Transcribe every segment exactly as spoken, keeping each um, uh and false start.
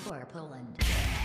Core Poland.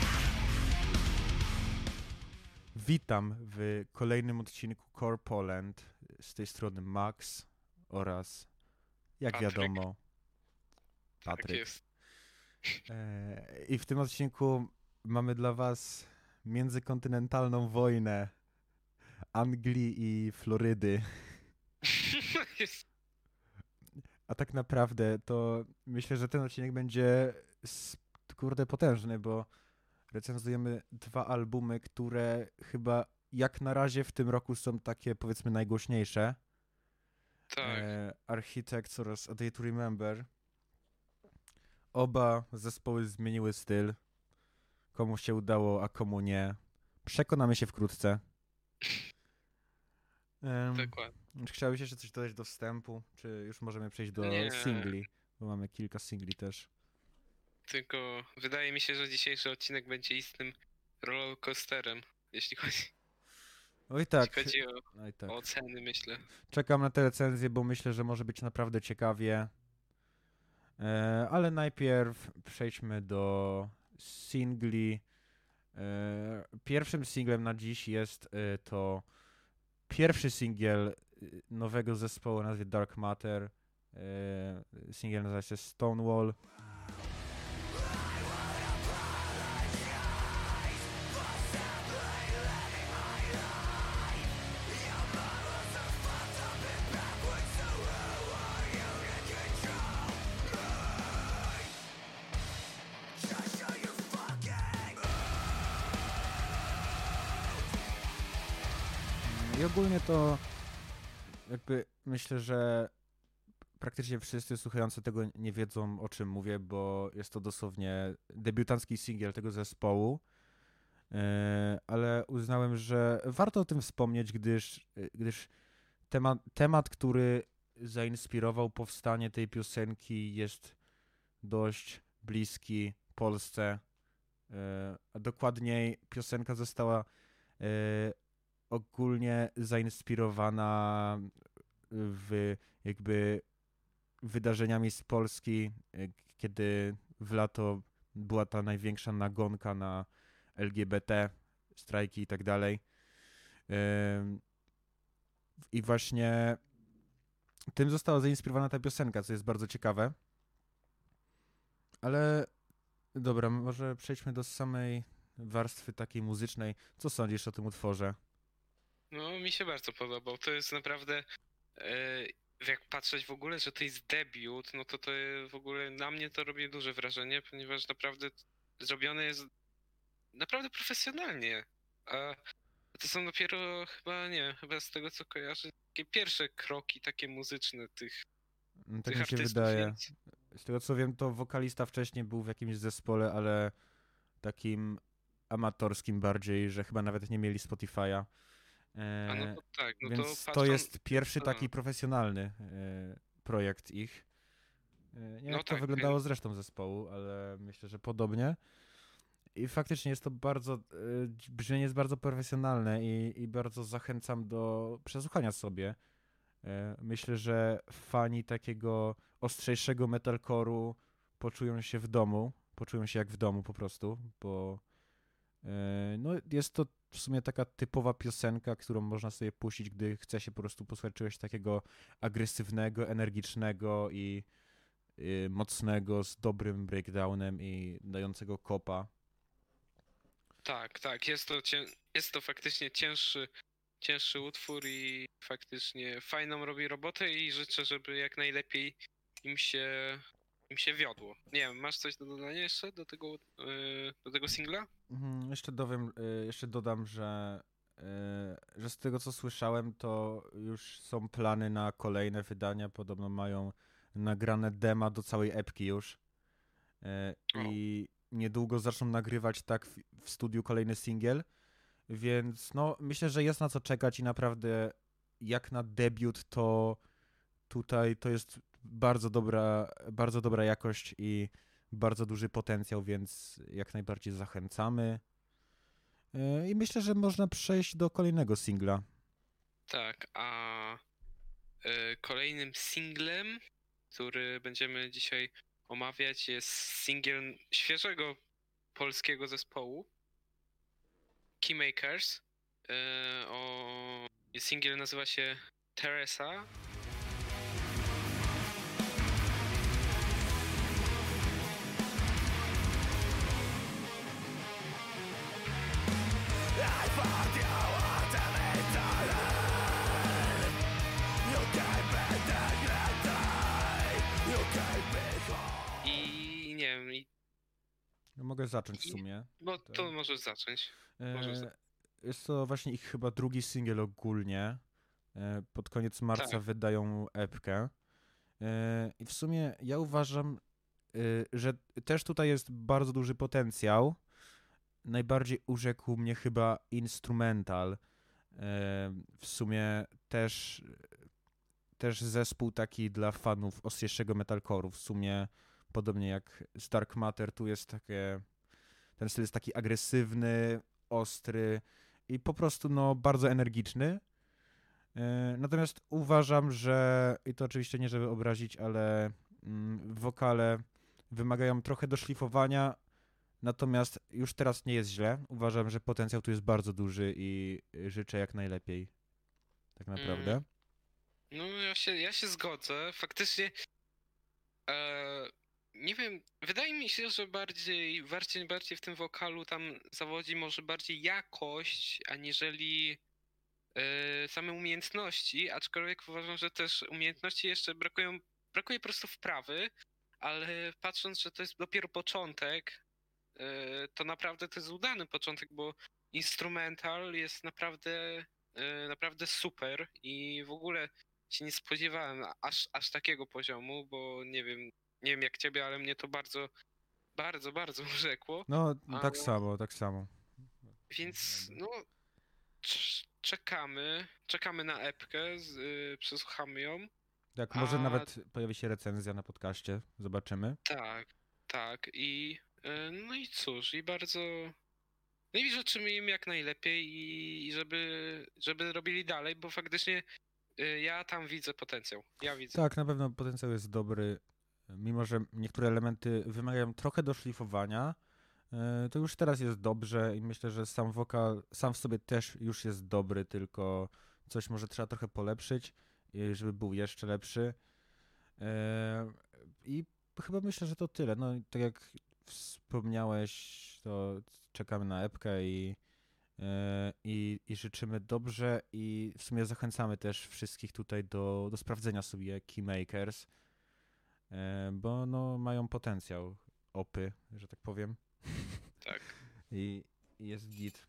Witam w kolejnym odcinku Core Poland. Z tej strony Max oraz, jak Patryk. wiadomo, Tak Patryk. jest. E, I w tym odcinku mamy dla was międzykontynentalną wojnę Anglii i Florydy. Jest. A tak naprawdę to myślę, że ten odcinek będzie s- kurde potężny, bo recenzujemy dwa albumy, które chyba jak na razie w tym roku są takie, powiedzmy, najgłośniejsze. Tak. E, Architects oraz A Day to Remember. Oba zespoły zmieniły styl. Komu się udało, a komu nie. Przekonamy się wkrótce. Um, Dokładnie. czy chciałbyś jeszcze coś dodać do wstępu? Czy już możemy przejść do Nie. singli? Bo mamy kilka singli też. Tylko wydaje mi się, że dzisiejszy odcinek będzie istnym rollercoasterem, jeśli chodzi, Oj tak, jeśli chodzi o, oj tak. o oceny, myślę. Czekam na te recenzje, bo myślę, że może być naprawdę ciekawie. E, ale najpierw przejdźmy do singli. E, pierwszym singlem na dziś jest e, to pierwszy singiel e, nowego zespołu o nazwie Dark Matter. E, singiel nazywa się Stonewall. I ogólnie to jakby myślę, że praktycznie wszyscy słuchający tego nie wiedzą, o czym mówię, bo jest to dosłownie debiutancki singiel tego zespołu, e, ale uznałem, że warto o tym wspomnieć, gdyż, gdyż temat, temat, który zainspirował powstanie tej piosenki, jest dość bliski Polsce, e, a dokładniej piosenka została e, ogólnie zainspirowana w jakby wydarzeniami z Polski, kiedy w lato była ta największa nagonka na L G B T, strajki i tak dalej. Ym, I właśnie tym została zainspirowana ta piosenka, co jest bardzo ciekawe. Ale dobra, może przejdźmy do samej warstwy takiej muzycznej. Co sądzisz o tym utworze? No, mi się bardzo podobał. To jest naprawdę, e, jak patrzeć w ogóle, że to jest debiut, no to to w ogóle na mnie to robi duże wrażenie, ponieważ naprawdę zrobione jest naprawdę profesjonalnie. A to są dopiero chyba, nie wiem, chyba z tego co kojarzę, takie pierwsze kroki takie muzyczne tych, Tak tych mi się artystów, wydaje. więc Z tego co wiem, to wokalista wcześniej był w jakimś zespole, ale takim amatorskim bardziej, że chyba nawet nie mieli Spotify'a. a no E, to tak, no to więc to patrząc, jest pierwszy to- taki profesjonalny e, projekt ich. E, nie wiem, No jak to tak, wyglądało więc- z resztą zespołu, ale myślę, że podobnie. I faktycznie jest to bardzo, e, brzmienie jest bardzo profesjonalne i, i bardzo zachęcam do przesłuchania sobie. E, myślę, że fani takiego ostrzejszego metalcore'u poczują się w domu, poczują się jak w domu po prostu, bo e, no, jest to w sumie taka typowa piosenka, którą można sobie puścić, gdy chce się po prostu posłuchać czegoś takiego agresywnego, energicznego i y, mocnego, z dobrym breakdownem i dającego kopa. tak, tak, jest to, cię, jest to faktycznie cięższy, cięższy utwór i faktycznie fajną robi robotę i życzę, żeby jak najlepiej im się, im się wiodło. Nie wiem, masz coś do dodania jeszcze do tego, yy, do tego singla? Mhm, jeszcze dowiem, y, jeszcze dodam, że, y, że z tego co słyszałem, to już są plany na kolejne wydania. Podobno mają nagrane dema do całej epki już. Y, I niedługo zaczną nagrywać tak w, w studiu kolejny singiel. Więc no, myślę, że jest na co czekać i naprawdę jak na debiut to tutaj to jest bardzo dobra, bardzo dobra jakość i bardzo duży potencjał, więc jak najbardziej zachęcamy. Yy, I myślę, że można przejść do kolejnego singla. Tak, a yy, kolejnym singlem, który będziemy dzisiaj omawiać, jest singiel świeżego polskiego zespołu Keymakers. E, o... Singiel nazywa się Teresa. I nie wiem, i... Ja mogę zacząć w I- sumie. no Tak. to możesz zacząć. Możesz za- E, Jest to właśnie ich chyba drugi singiel ogólnie. E, Pod koniec marca Tak. wydają epkę. E, I w sumie ja uważam, e, że też tutaj jest bardzo duży potencjał. Najbardziej urzekł mnie chyba instrumental. E, W sumie też, też zespół taki dla fanów ostrzejszego metalcore'u. W sumie podobnie jak z Dark Matter, tu jest takie... Ten styl jest taki agresywny, ostry i po prostu no bardzo energiczny. E, Natomiast uważam, że, i to oczywiście nie żeby obrazić, ale mm, wokale wymagają trochę doszlifowania, natomiast już teraz nie jest źle. Uważam, że potencjał tu jest bardzo duży i życzę jak najlepiej. Tak naprawdę. Mm. No ja się, ja się zgodzę. Faktycznie e, nie wiem, wydaje mi się, że bardziej, bardziej, bardziej w tym wokalu tam zawodzi może bardziej jakość, aniżeli e, same umiejętności, aczkolwiek uważam, że też umiejętności jeszcze brakują, brakuje po prostu wprawy, ale patrząc, że to jest dopiero początek, e, to naprawdę to jest udany początek, bo instrumental jest naprawdę, e, naprawdę super i w ogóle się nie spodziewałem aż, aż takiego poziomu, bo nie wiem, nie wiem jak ciebie, ale mnie to bardzo, bardzo, bardzo urzekło. No, A, tak samo, tak samo. więc no, cz- czekamy, czekamy na epkę, z, y, przesłuchamy ją. Tak, może A nawet pojawi się recenzja na podcaście, zobaczymy. tak, tak i y, no i cóż, i bardzo, no i życzymy im jak najlepiej i, i żeby, żeby robili dalej, bo faktycznie y, ja tam widzę potencjał, ja widzę. Tak, na pewno potencjał jest dobry, mimo że niektóre elementy wymagają trochę doszlifowania, e, to już teraz jest dobrze i myślę, że sam wokal sam w sobie też już jest dobry, tylko coś może trzeba trochę polepszyć, e, żeby był jeszcze lepszy. E, I chyba myślę, że to tyle. No i tak jak wspomniałeś, to czekamy na epkę i, e, i, i życzymy dobrze i w sumie zachęcamy też wszystkich tutaj do, do sprawdzenia sobie Keymakers, e, bo no mają potencjał opy, że tak powiem. Tak. I, i jest git.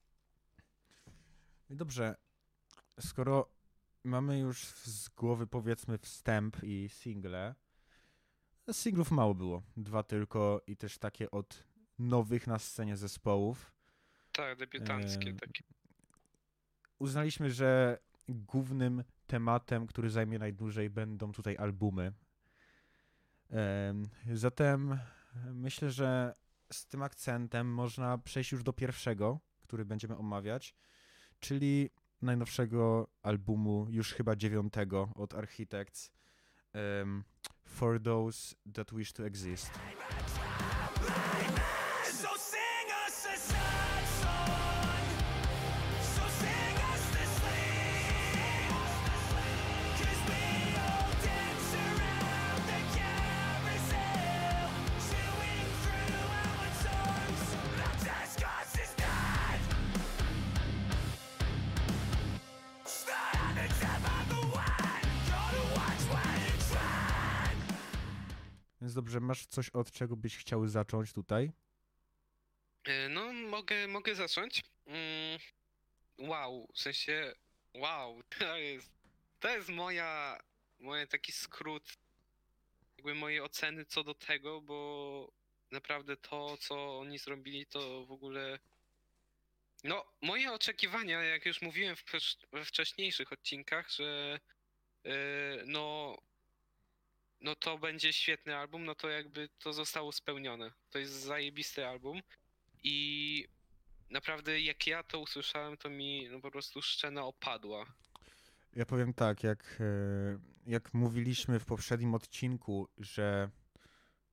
I dobrze, skoro mamy już z głowy powiedzmy wstęp i single, singlów mało było, dwa tylko i też takie od nowych na scenie zespołów. Tak, debiutanckie Eee, takie. Uznaliśmy, że głównym tematem, który zajmie najdłużej, będą tutaj albumy. Em, Zatem myślę, że z tym akcentem można przejść już do pierwszego, który będziemy omawiać, czyli najnowszego albumu, już chyba dziewiątego od Architects, em, For Those That Wish to Exist. So sing us a sad song. So sing us to sleep. 'Cause we all dance around the carousel, chewing through our tongues. The discourse is dead. Stay on the tip of the wind. Gotta watch where you tread. Więc dobrze, masz coś, od czego byś chciał zacząć tutaj? E, No, mogę, mogę zacząć. Mm, Wow, w sensie, wow, to jest, to jest moja, moje taki skrót, jakby moje oceny co do tego, bo naprawdę to, co oni zrobili, to w ogóle, no, moje oczekiwania, jak już mówiłem w, wcześ- we wcześniejszych odcinkach, że e, no, no to będzie świetny album, no to jakby to zostało spełnione. To jest zajebisty album i naprawdę jak ja to usłyszałem, to mi no po prostu szczena opadła. Ja powiem tak, jak, e, jak mówiliśmy w poprzednim odcinku, że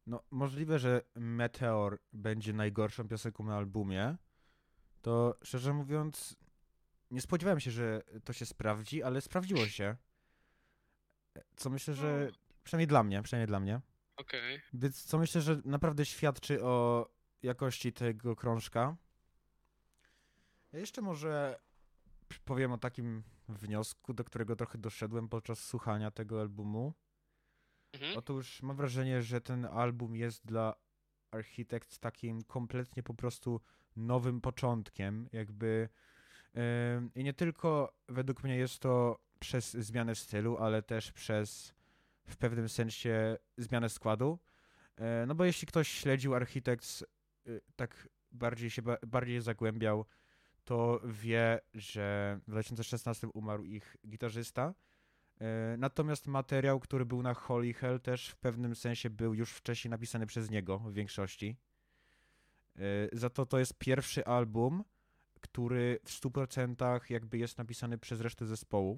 No, możliwe, że Meteor będzie najgorszą piosenką na albumie. To szczerze mówiąc, nie spodziewałem się, że to się sprawdzi, ale sprawdziło się. Co myślę, No, że przynajmniej dla mnie, przynajmniej dla mnie. okej. Więc co myślę, że naprawdę świadczy o jakości tego krążka. Ja jeszcze może powiem o takim wniosku, do którego trochę doszedłem podczas słuchania tego albumu. Mhm. Otóż mam wrażenie, że ten album jest dla Architects takim kompletnie po prostu nowym początkiem, jakby ym, i nie tylko według mnie jest to przez zmianę stylu, ale też przez w pewnym sensie zmianę składu. E, No bo jeśli ktoś śledził Architects, y, tak bardziej się ba- bardziej zagłębiał, to wie, że w dwa tysiące szesnastym umarł ich gitarzysta. E, Natomiast materiał, który był na Holy Hell, też w pewnym sensie był już wcześniej napisany przez niego w większości. E, Za to to jest pierwszy album, który w stu procentach jakby jest napisany przez resztę zespołu.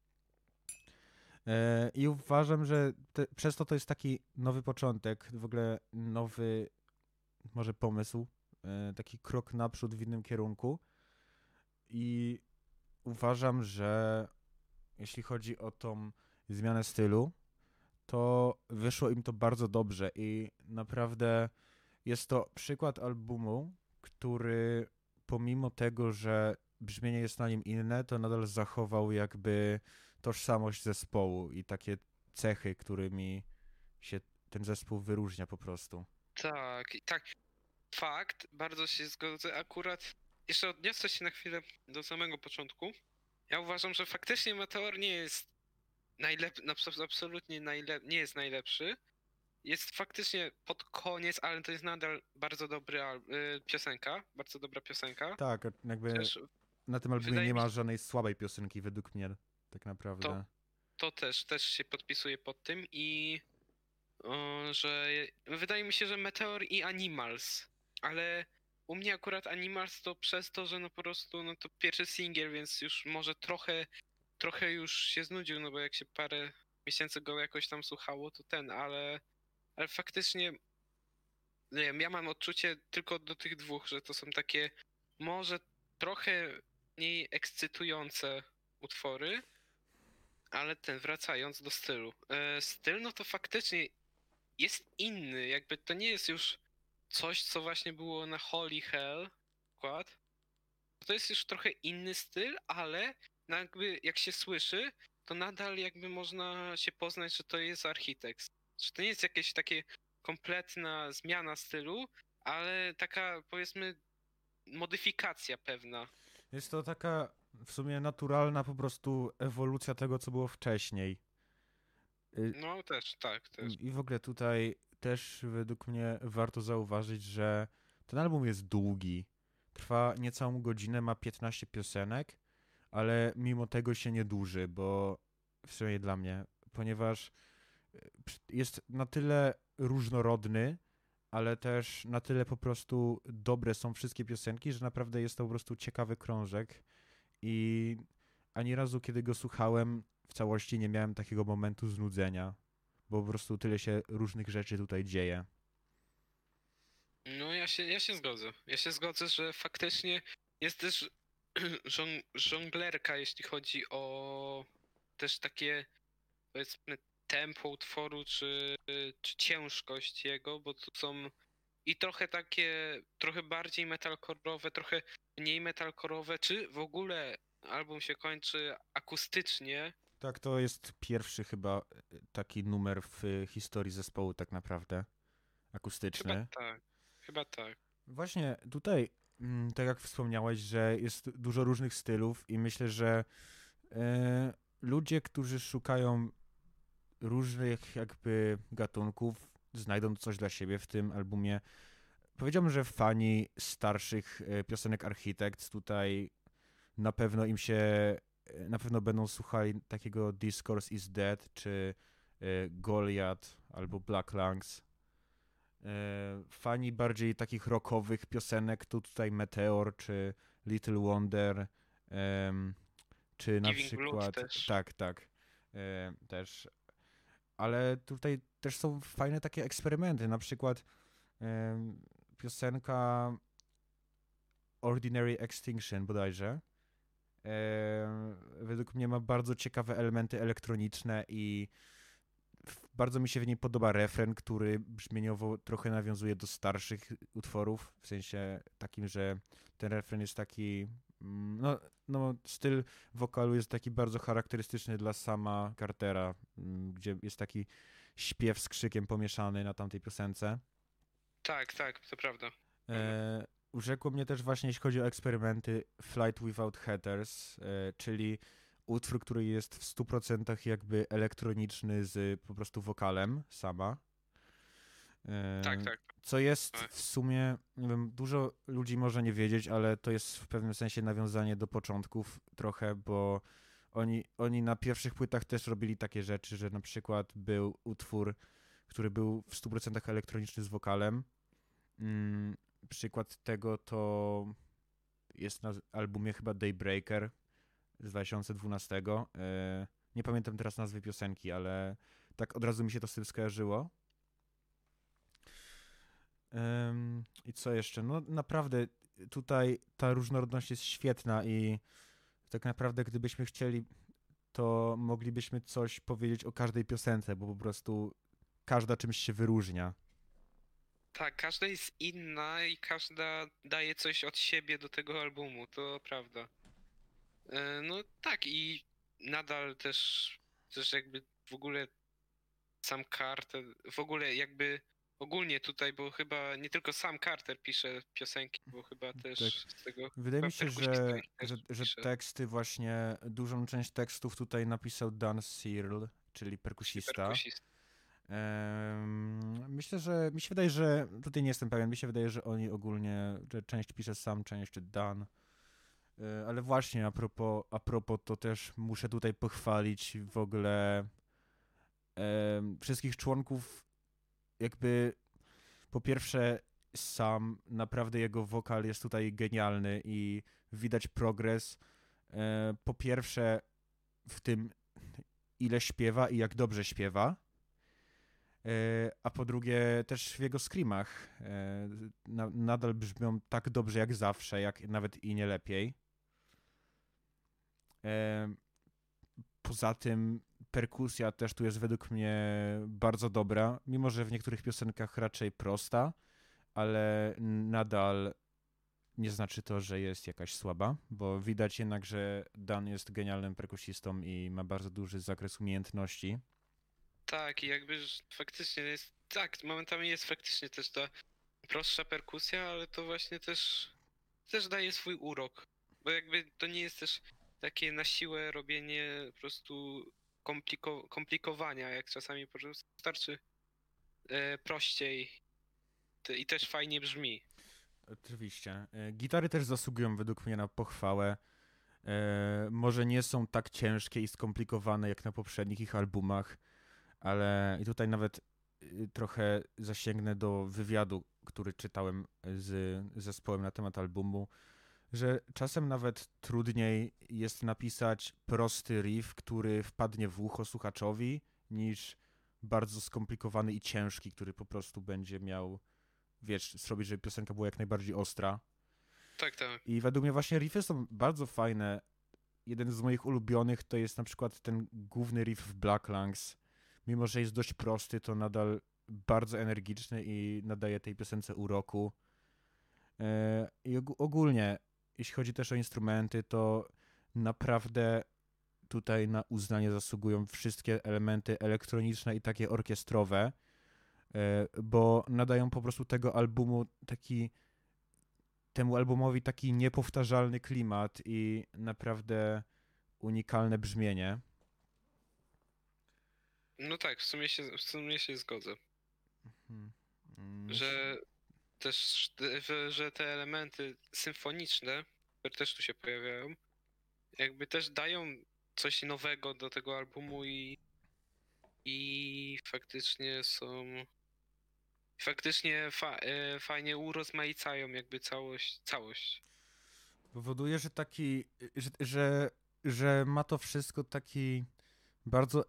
E, I uważam, że te, przez to to jest taki nowy początek, w ogóle nowy może pomysł, e, taki krok naprzód w innym kierunku. I uważam, że jeśli chodzi o tą zmianę stylu, to wyszło im to bardzo dobrze i naprawdę jest to przykład albumu, który pomimo tego, że brzmienie jest na nim inne, to nadal zachował jakby tożsamość zespołu i takie cechy, którymi się ten zespół wyróżnia po prostu. Tak, i tak. Fakt, bardzo się zgodzę. Akurat jeszcze odniosę się na chwilę do samego początku. Ja uważam, że faktycznie Meteor nie jest najlepszy, absolutnie najlep- nie jest najlepszy. Jest faktycznie pod koniec, ale to jest nadal bardzo dobry al- y, piosenka, bardzo dobra piosenka. Tak, jakby Też na tym albumie wydaje nie mi ma się, żadnej słabej piosenki według mnie, tak to, naprawdę. to też, też się podpisuje pod tym i o, że wydaje mi się, że Meteor i Animals, ale u mnie akurat Animals to przez to, że no po prostu no to pierwszy singiel, więc już może trochę, trochę już się znudził, no bo jak się parę miesięcy go jakoś tam słuchało, to ten, ale, ale faktycznie, nie wiem, ja mam odczucie tylko do tych dwóch, że to są takie może trochę mniej ekscytujące utwory, ale ten, wracając do stylu. E, styl, no to faktycznie jest inny, jakby to nie jest już coś, co właśnie było na Holy Hell, przykład. To jest już trochę inny styl, ale no jakby jak się słyszy, to nadal jakby można się poznać, że to jest Architects. Że to nie jest jakieś takie kompletna zmiana stylu, ale taka powiedzmy modyfikacja pewna. Jest to taka w sumie naturalna po prostu ewolucja tego, co było wcześniej. Y, No też, tak, też. I w ogóle tutaj też według mnie warto zauważyć, że ten album jest długi. Trwa niecałą godzinę, ma piętnaście piosenek, ale mimo tego się nie dłuży, bo w sumie dla mnie, ponieważ y, przy- jest na tyle różnorodny, ale też na tyle po prostu dobre są wszystkie piosenki, że naprawdę jest to po prostu ciekawy krążek i ani razu, kiedy go słuchałem w całości, nie miałem takiego momentu znudzenia, bo po prostu tyle się różnych rzeczy tutaj dzieje. No ja się, ja się zgodzę. Ja się zgodzę, że faktycznie jest też żong- żonglerka, jeśli chodzi o też takie powiedzmy tempo utworu, czy, czy ciężkość jego, bo tu są i trochę takie, trochę bardziej metalkorowe, trochę mniej metalkorowe, czy w ogóle album się kończy akustycznie. Tak, to jest pierwszy chyba y, taki numer w y, historii zespołu tak naprawdę, Chyba akustyczny. tak, chyba tak. Właśnie tutaj, mm, tak jak wspomniałeś, że jest dużo różnych stylów i myślę, że e, ludzie, którzy szukają różnych jakby gatunków, znajdą coś dla siebie w tym albumie. Powiedziałbym, że fani starszych e, piosenek Architects tutaj na pewno im się, e, na pewno będą słuchali takiego Discourse is Dead, czy e, Goliath, albo Black Lungs. E, Fani bardziej takich rockowych piosenek, to tutaj Meteor, czy Little Wonder, em, czy na Giving Blood przykład, też. tak, tak, e, też. Ale tutaj też są fajne takie eksperymenty, na przykład em, piosenka Ordinary Extinction bodajże. Em, według mnie ma bardzo ciekawe elementy elektroniczne i w- bardzo mi się w niej podoba refren, który brzmieniowo trochę nawiązuje do starszych utworów, w sensie takim, że ten refren jest taki, mm, no, no styl wokalu jest taki bardzo charakterystyczny dla sama Cartera, mm, gdzie jest taki śpiew z krzykiem pomieszany na tamtej piosence. Tak, tak, to prawda. E, urzekło mnie też właśnie, jeśli chodzi o eksperymenty, Flight Without Headers, e, czyli utwór, który jest w stu procentach jakby elektroniczny z po prostu wokalem sama. E, Tak, tak. Co jest Tak. w sumie, nie wiem, dużo ludzi może nie wiedzieć, ale to jest w pewnym sensie nawiązanie do początków trochę, bo oni, oni na pierwszych płytach też robili takie rzeczy, że na przykład był utwór, który był w stu procentach elektroniczny z wokalem. Mm, przykład tego to jest na albumie chyba Daybreaker z dwa tysiące dwunastego. E, nie pamiętam teraz nazwy piosenki, ale tak od razu mi się to z tym skojarzyło. Em, I co jeszcze? No naprawdę tutaj ta różnorodność jest świetna i tak naprawdę gdybyśmy chcieli, to moglibyśmy coś powiedzieć o każdej piosence, bo po prostu każda czymś się wyróżnia. Tak, każda jest inna i każda daje coś od siebie do tego albumu, to prawda. E, No tak i nadal też, też jakby w ogóle sam Carter, w ogóle jakby ogólnie tutaj, bo chyba nie tylko sam Carter pisze piosenki, bo chyba też Tak. z tego Wydaje mi chyba się, perkusista że, ich też że, że pisze, teksty właśnie, dużą część tekstów tutaj napisał Dan Searle, czyli perkusista. perkusista. Em, myślę, że mi się wydaje, że tutaj nie jestem pewien, mi się wydaje, że oni ogólnie, że część pisze sam, część Dan. E, Ale właśnie a propos, a propos, to też muszę tutaj pochwalić w ogóle em, wszystkich członków, jakby po pierwsze sam, naprawdę jego wokal jest tutaj genialny i widać progres. E, po pierwsze w tym, ile śpiewa i jak dobrze śpiewa. E, A po drugie też w jego screamach e, na, nadal brzmią tak dobrze jak zawsze, jak nawet i nie lepiej. E, Poza tym perkusja też tu jest według mnie bardzo dobra, mimo że w niektórych piosenkach raczej prosta, ale nadal nie znaczy to, że jest jakaś słaba, bo widać jednak, że Dan jest genialnym perkusistą i ma bardzo duży zakres umiejętności. Tak, i jakby że faktycznie jest, tak, momentami jest faktycznie też ta prostsza perkusja, ale to właśnie też, też daje swój urok, bo jakby to nie jest też takie na siłę robienie po prostu kompliko, komplikowania, jak czasami po prostu starczy e, prościej te- i też fajnie brzmi. Oczywiście. E, Gitary też zasługują według mnie na pochwałę. E, może nie są tak ciężkie i skomplikowane jak na poprzednich ich albumach, ale i tutaj nawet y, trochę zasięgnę do wywiadu, który czytałem z zespołem na temat albumu, że czasem nawet trudniej jest napisać prosty riff, który wpadnie w ucho słuchaczowi, niż bardzo skomplikowany i ciężki, który po prostu będzie miał, wiesz, zrobić, żeby piosenka była jak najbardziej ostra. Tak, tak. I według mnie właśnie riffy są bardzo fajne. Jeden z moich ulubionych to jest na przykład ten główny riff w Black Lungs. Mimo że jest dość prosty, to nadal bardzo energiczny i nadaje tej piosence uroku. E, I og- ogólnie, jeśli chodzi też o instrumenty, to naprawdę tutaj na uznanie zasługują wszystkie elementy elektroniczne i takie orkiestrowe, e, bo nadają po prostu tego albumu taki, temu albumowi taki niepowtarzalny klimat i naprawdę unikalne brzmienie. No tak, w sumie się, w sumie się zgodzę, Hmm. Mm, że też, te- że, że te elementy symfoniczne, które też tu się pojawiają, jakby też dają coś nowego do tego albumu i, i faktycznie są, faktycznie fa, e, fajnie urozmaicają jakby całość, całość. Powoduje, że taki, że, że, że ma to wszystko taki bardzo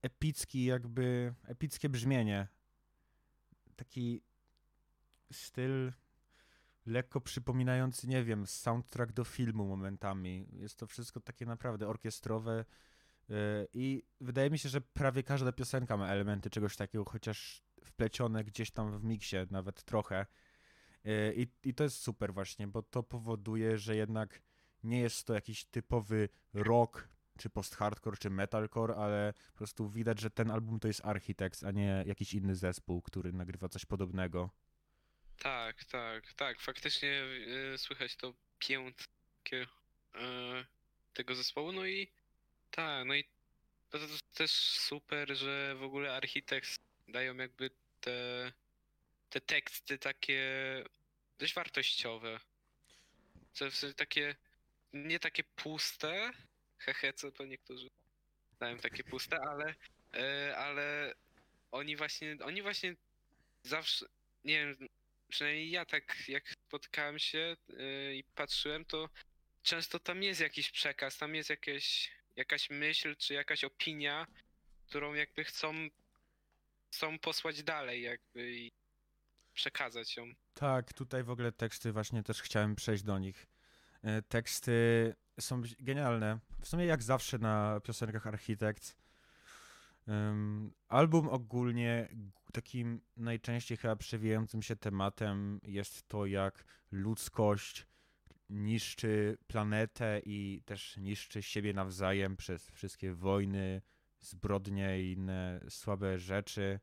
epicki jakby, epickie brzmienie. Taki styl lekko przypominający, nie wiem, soundtrack do filmu momentami. Jest to wszystko takie naprawdę orkiestrowe yy, i wydaje mi się, że prawie każda piosenka ma elementy czegoś takiego, chociaż wplecione gdzieś tam w miksie nawet trochę. Yy, I, I to jest super właśnie, bo to powoduje, że jednak nie jest to jakiś typowy rock, czy post-hardcore, czy metalcore, ale po prostu widać, że ten album to jest Architects, a nie jakiś inny zespół, który nagrywa coś podobnego. Tak, tak, tak. Faktycznie y, słychać to piętkie y, tego zespołu. No i tak, no i to, to, to też super, że w ogóle Architects dają jakby te, te teksty takie dość wartościowe. Co w sensie takie, nie takie puste, hehe, co to niektórzy dają takie puste, ale, y, ale oni właśnie, oni właśnie zawsze, nie wiem, przynajmniej ja tak jak spotkałem się yy, i patrzyłem, to często tam jest jakiś przekaz, tam jest jakieś, jakaś myśl czy jakaś opinia, którą jakby chcą, chcą posłać dalej jakby i przekazać ją. Tak, tutaj w ogóle teksty właśnie też chciałem przejść do nich. E, Teksty są genialne. W sumie jak zawsze na piosenkach Architects. Ym, album ogólnie g- takim najczęściej chyba przewijającym się tematem jest to, jak ludzkość niszczy planetę i też niszczy siebie nawzajem przez wszystkie wojny, zbrodnie i inne słabe rzeczy.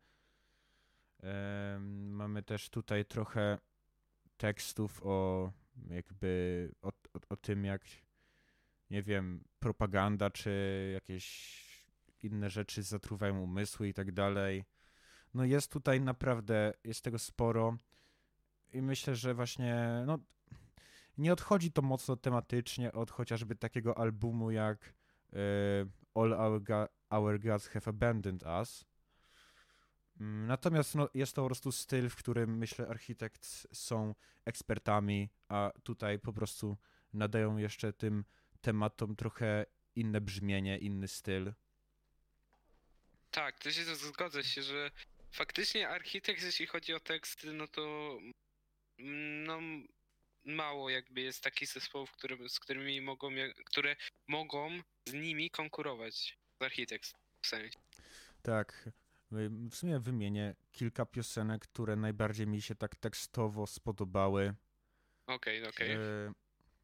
Em, mamy też tutaj trochę tekstów o jakby o, o, o tym, jak nie wiem, propaganda czy jakieś inne rzeczy zatruwają umysły i tak dalej. No jest tutaj naprawdę, jest tego sporo i myślę, że właśnie, no nie odchodzi to mocno tematycznie od chociażby takiego albumu jak e, All Our, Ga- Our Gods Have Abandoned Us. Mm, Natomiast no, jest to po prostu styl, w którym myślę Architects są ekspertami, a tutaj po prostu nadają jeszcze tym tematom trochę inne brzmienie, inny styl. Tak, to się zgodzę się, że faktycznie Architekt, jeśli chodzi o teksty, no to mm, no mało jakby jest takich zespołów, które, z którymi mogą, jak- które mogą z nimi konkurować z Architekt w sensie. Tak, y, w sumie wymienię kilka piosenek, które najbardziej mi się tak tekstowo spodobały. Okej, okej. E,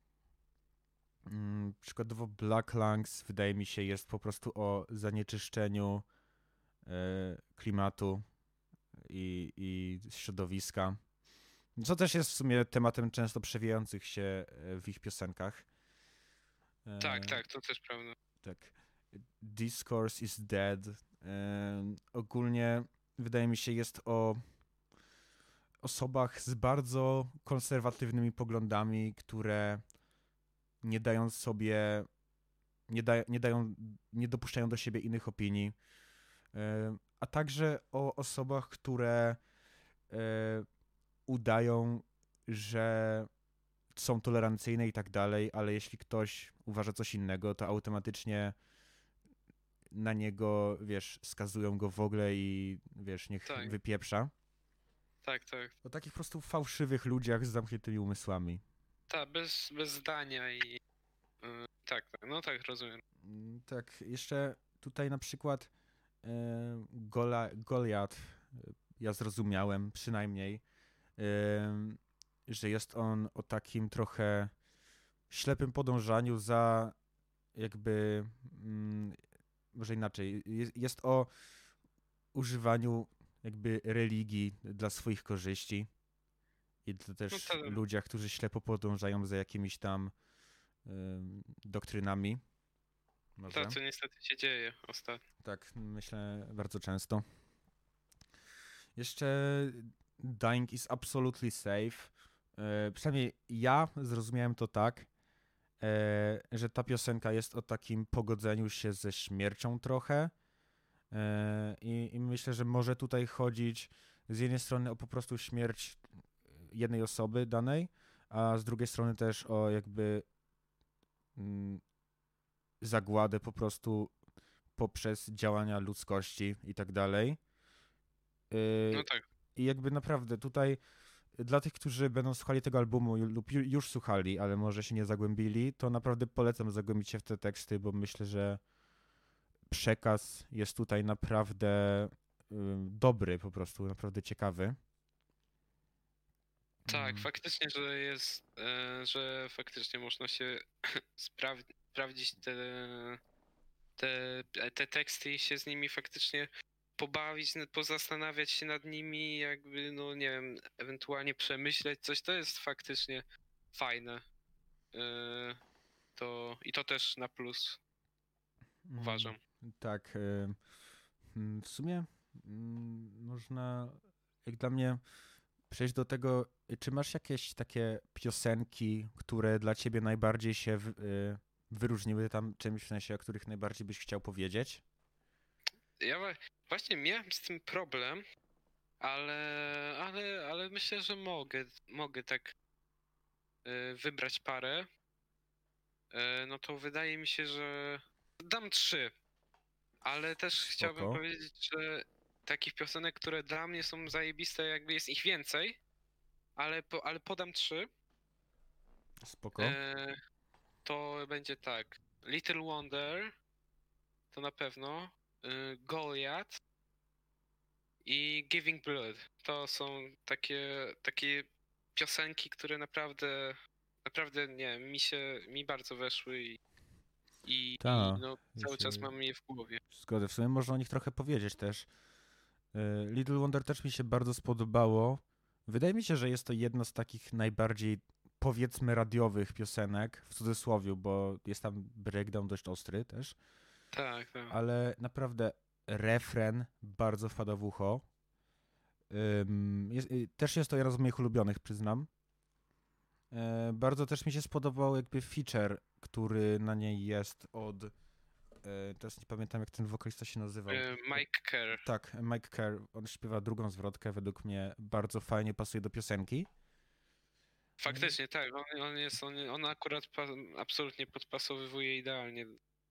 mm, Przykładowo Black Lungs wydaje mi się jest po prostu o zanieczyszczeniu e, klimatu i, i środowiska. Co też jest w sumie tematem często przewijających się e, w ich piosenkach. E, Tak, tak, to też prawda. Tak. Discourse is dead. E, ogólnie wydaje mi się jest o osobach z bardzo konserwatywnymi poglądami, które nie dają sobie, nie, da, nie dają, nie dopuszczają do siebie innych opinii, e, a także o osobach, które e, udają, że są tolerancyjne i tak dalej, ale jeśli ktoś uważa coś innego, to automatycznie na niego, wiesz, skazują go w ogóle i, wiesz, niech Tak. wypieprza. Tak, tak. O takich po prostu fałszywych ludziach z zamkniętymi umysłami. Tak, bez, bez zdania i... y, tak, tak, no tak, rozumiem. Mm, Tak, jeszcze tutaj na przykład e, Gola, Goliat, e, ja zrozumiałem przynajmniej, e, że jest on o takim trochę ślepym podążaniu za jakby, mm, może inaczej, jest, jest o używaniu jakby religii dla swoich korzyści i to też No to- ludziach, którzy ślepo podążają za jakimiś tam em, doktrynami. Może? To, co niestety się dzieje ostatnio. Tak, myślę bardzo często. Jeszcze Dying is absolutely safe. E, przynajmniej ja zrozumiałem to tak, e, że ta piosenka jest o takim pogodzeniu się ze śmiercią trochę. E, i, I myślę, że może tutaj chodzić z jednej strony o po prostu śmierć jednej osoby danej, a z drugiej strony też o jakby mm, zagładę po prostu poprzez działania ludzkości i tak dalej. Yy, No tak. I jakby naprawdę tutaj dla tych, którzy będą słuchali tego albumu ju- lub ju- już słuchali, ale może się nie zagłębili, to naprawdę polecam zagłębić się w te teksty, bo myślę, że przekaz jest tutaj naprawdę y, dobry, po prostu naprawdę ciekawy. Tak, Mm, faktycznie, że jest, e, że faktycznie można się spraw sprawdzić te, te, te teksty i się z nimi faktycznie pobawić, n- pozastanawiać się nad nimi, jakby, no nie wiem, ewentualnie przemyśleć coś, to jest faktycznie fajne. E, to, I to też na plus, mm, uważam. Tak, y, mm, w sumie mm, można, jak dla mnie, przejść do tego, y, czy masz jakieś takie piosenki, które dla ciebie najbardziej się w, y, wyróżniły tam czymś, w sensie, o których najbardziej byś chciał powiedzieć? Ja wa- właśnie miałem z tym problem, ale, ale, ale myślę, że mogę, mogę tak e, wybrać parę. E, No to wydaje mi się, że dam trzy, ale też chciałbym Spoko, powiedzieć, że takich piosenek, które dla mnie są zajebiste, jakby jest ich więcej, ale, po, ale podam trzy. spoko. E, To będzie tak. Little Wonder, to na pewno. e, Goliath i Giving Blood. To są takie, takie piosenki, które naprawdę, naprawdę nie, mi się, mi bardzo weszły i, i, i Ta, no, ja cały się czas mam je w głowie. zgodzę. W sumie można o nich trochę powiedzieć też. Y, Little Wonder też mi się bardzo spodobało. Wydaje mi się, że jest to jedna z takich najbardziej, powiedzmy, radiowych piosenek, w cudzysłowie, bo jest tam breakdown dość ostry też, Tak, tak. ale naprawdę refren bardzo wpada w ucho. Ym, jest, y, też jest to jeden z moich ulubionych, przyznam. E, bardzo też mi się spodobał jakby feature, który na niej jest od... E, teraz nie pamiętam, jak ten wokalista się nazywał. E, Mike Kerr. Tak, Mike Kerr, on śpiewa drugą zwrotkę, według mnie bardzo fajnie pasuje do piosenki. Faktycznie, tak. On, on jest, on, on akurat pa, absolutnie podpasowywuje idealnie.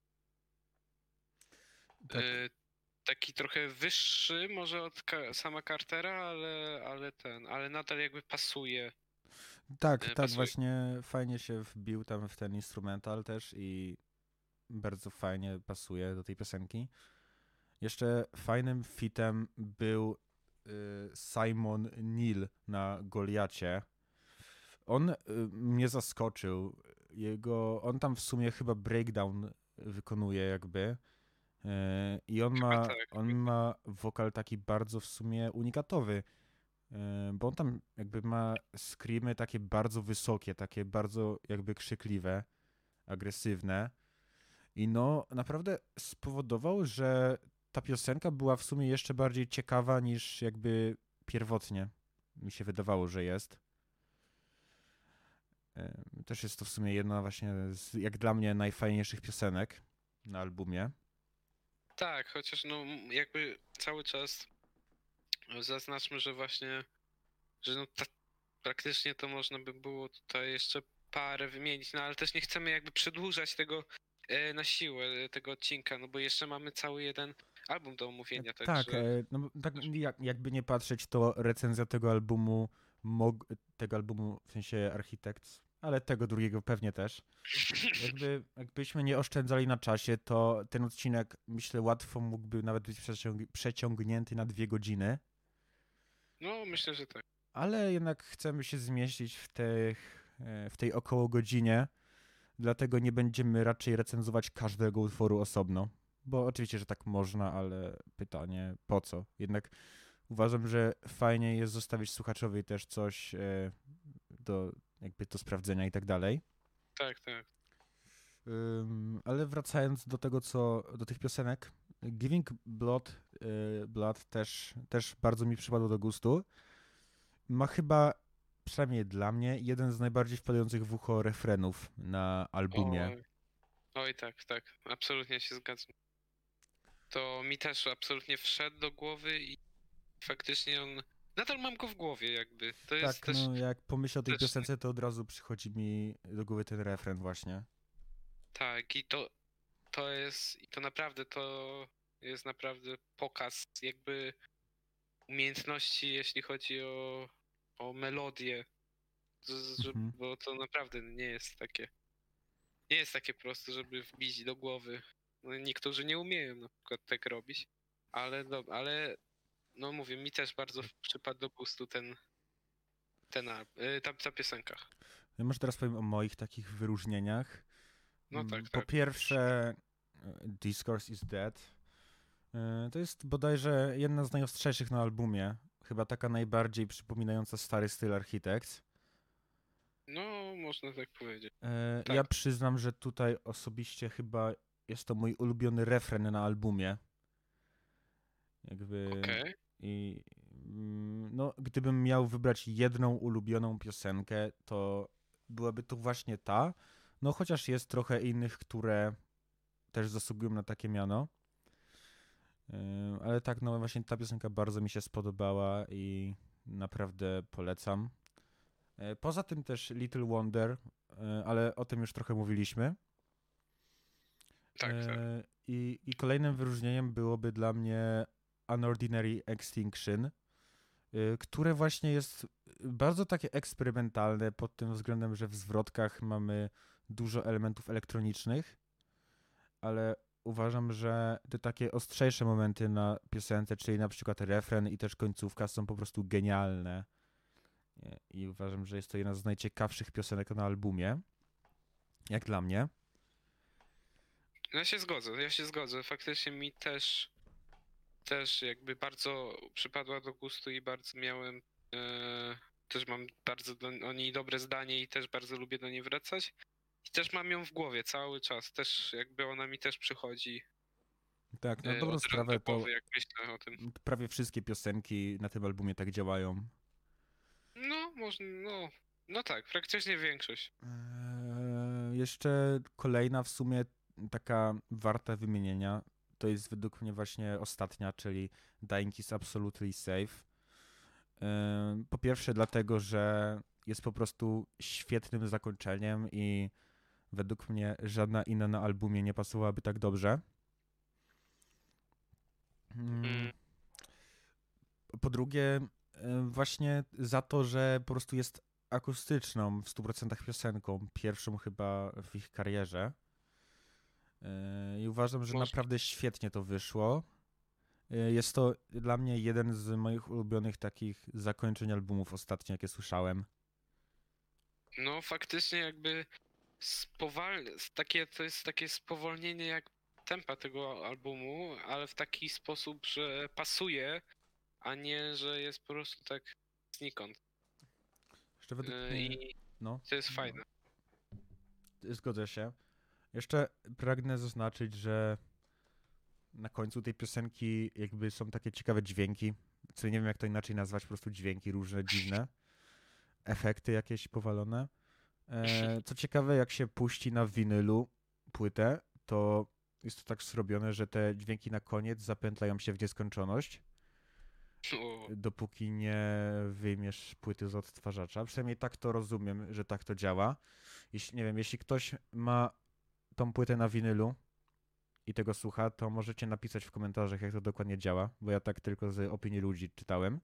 Tak, E, Taki trochę wyższy może od ka sama Cartera, ale, ale ten, ale nadal jakby pasuje. tak, e, tak, Pasuje. właśnie fajnie się wbił tam w ten instrumental też i bardzo fajnie pasuje do tej piosenki. Jeszcze fajnym fitem był y, Simon Neil na Goliacie. On y, mnie zaskoczył. Jego, on tam w sumie chyba breakdown wykonuje jakby. Y, I on Chyba ma, tak. on ma wokal taki bardzo w sumie unikatowy. y, Bo on tam jakby ma screamy takie bardzo wysokie, takie bardzo jakby krzykliwe, agresywne. I no naprawdę spowodował, że ta piosenka była w sumie jeszcze bardziej ciekawa niż jakby pierwotnie mi się wydawało, że jest. Em, Też jest to w sumie jedna właśnie z, jak dla mnie, najfajniejszych piosenek na albumie. Tak, chociaż no m- jakby cały czas zaznaczmy, że właśnie, że no ta, praktycznie to można by było tutaj jeszcze parę wymienić, no ale też nie chcemy jakby przedłużać tego e, na siłę, e, tego odcinka, no bo jeszcze mamy cały jeden album do omówienia, Tak, także e, no, bo tak jak, jakby nie patrzeć, to recenzja tego albumu, mog, tego albumu w sensie Architects, ale tego drugiego pewnie też. Jakby, jakbyśmy nie oszczędzali na czasie, to ten odcinek, myślę, łatwo mógłby nawet być przeciąg przeciągnięty na dwie godziny, no myślę, że tak. ale jednak chcemy się zmieścić w, tych, e, w tej około godzinie, dlatego nie będziemy raczej recenzować każdego utworu osobno, bo oczywiście, że tak można, ale pytanie po co? Jednak uważam, że fajnie jest zostawić słuchaczowi też coś e, do jakby do sprawdzenia i tak dalej. Tak, tak. Ym, ale wracając do tego, co do tych piosenek, Giving Blood, y, Blood też, też bardzo mi przypadło do gustu. Ma chyba, przynajmniej dla mnie, jeden z najbardziej wpadających w ucho refrenów na albumie. Oj, oj tak, tak, absolutnie się zgadzam. To mi też absolutnie wszedł do głowy i faktycznie on, nadal mam go w głowie jakby, to jest Tak, też, no jak pomyślę o tej też piosence, to od razu przychodzi mi do głowy ten refren właśnie. tak i to to jest, i to naprawdę, to jest naprawdę pokaz jakby umiejętności, jeśli chodzi o, o melodię, z- z- że- Mhm. bo to naprawdę nie jest takie, nie jest takie proste, żeby wbić do głowy. No, niektórzy nie umieją na przykład tak robić, ale, do, ale no mówię, mi też bardzo przypadł do gustu ten, ten al- y, ta, ta piosenka. Ja może teraz powiem o moich takich wyróżnieniach. No Mm, tak, Po tak. pierwsze, e, Discourse is Dead. E, To jest bodajże jedna z najostrzejszych na albumie. Chyba taka najbardziej przypominająca stary styl Architects. No, można tak powiedzieć. E, Tak. Ja przyznam, że tutaj osobiście chyba jest to mój ulubiony refren na albumie. Jakby... Okej. I mm, no, gdybym miał wybrać jedną ulubioną piosenkę, to byłaby to właśnie ta. No, chociaż jest trochę innych, które też zasługują na takie miano. Yy, Ale tak, no właśnie ta piosenka bardzo mi się spodobała i naprawdę polecam. Yy, Poza tym też Little Wonder, yy, ale o tym już trochę mówiliśmy. Tak, tak. Yy, I, I kolejnym wyróżnieniem byłoby dla mnie Unordinary Extinction, yy, które właśnie jest bardzo takie eksperymentalne pod tym względem, że w zwrotkach mamy dużo elementów elektronicznych, ale uważam, że te takie ostrzejsze momenty na piosence, czyli na przykład refren i też końcówka są po prostu genialne. Nie? I uważam, że jest to jedna z najciekawszych piosenek na albumie, jak dla mnie. No ja się zgodzę, ja się zgodzę. Faktycznie mi też, też jakby bardzo przypadła do gustu i bardzo miałem, e, też mam bardzo do, o niej dobre zdanie i też bardzo lubię do niej wracać. I też mam ją w głowie cały czas, też jakby ona mi też przychodzi Tak, na e, dobrą od razu sprawę do to głowy, jak myślę o tym. prawie wszystkie piosenki na tym albumie tak działają. No, można, no, no tak, praktycznie większość. Eee, jeszcze kolejna w sumie taka warta wymienienia, to jest według mnie właśnie ostatnia, czyli Dying is Absolutely Safe. Eee, Po pierwsze dlatego, że jest po prostu świetnym zakończeniem i według mnie żadna inna na albumie nie pasowałaby tak dobrze. Mm, Mm. Po drugie, e, właśnie za to, że po prostu jest akustyczną w stu procentach piosenką, pierwszą chyba w ich karierze. E, I uważam, że Można. naprawdę świetnie to wyszło. E, Jest to dla mnie jeden z moich ulubionych takich zakończeń albumów ostatnio, jakie słyszałem. No faktycznie jakby spowal... takie, to jest takie spowolnienie jak tempa tego albumu, ale w taki sposób, że pasuje, a nie, że jest po prostu tak znikąd. Jeszcze według Yy, mnie, I no, to jest fajne. zgodzę się. Jeszcze pragnę zaznaczyć, że na końcu tej piosenki jakby są takie ciekawe dźwięki, co nie wiem jak to inaczej nazwać, po prostu dźwięki różne, dziwne, efekty jakieś powalone. E, co ciekawe, jak się puści na winylu płytę, to jest to tak zrobione, że te dźwięki na koniec zapętlają się w nieskończoność, O, dopóki nie wyjmiesz płyty z odtwarzacza. Przynajmniej tak to rozumiem, że tak to działa. Jeśli, nie wiem, jeśli ktoś ma tą płytę na winylu i tego słucha, to możecie napisać w komentarzach, jak to dokładnie działa, bo ja tak tylko z opinii ludzi czytałem.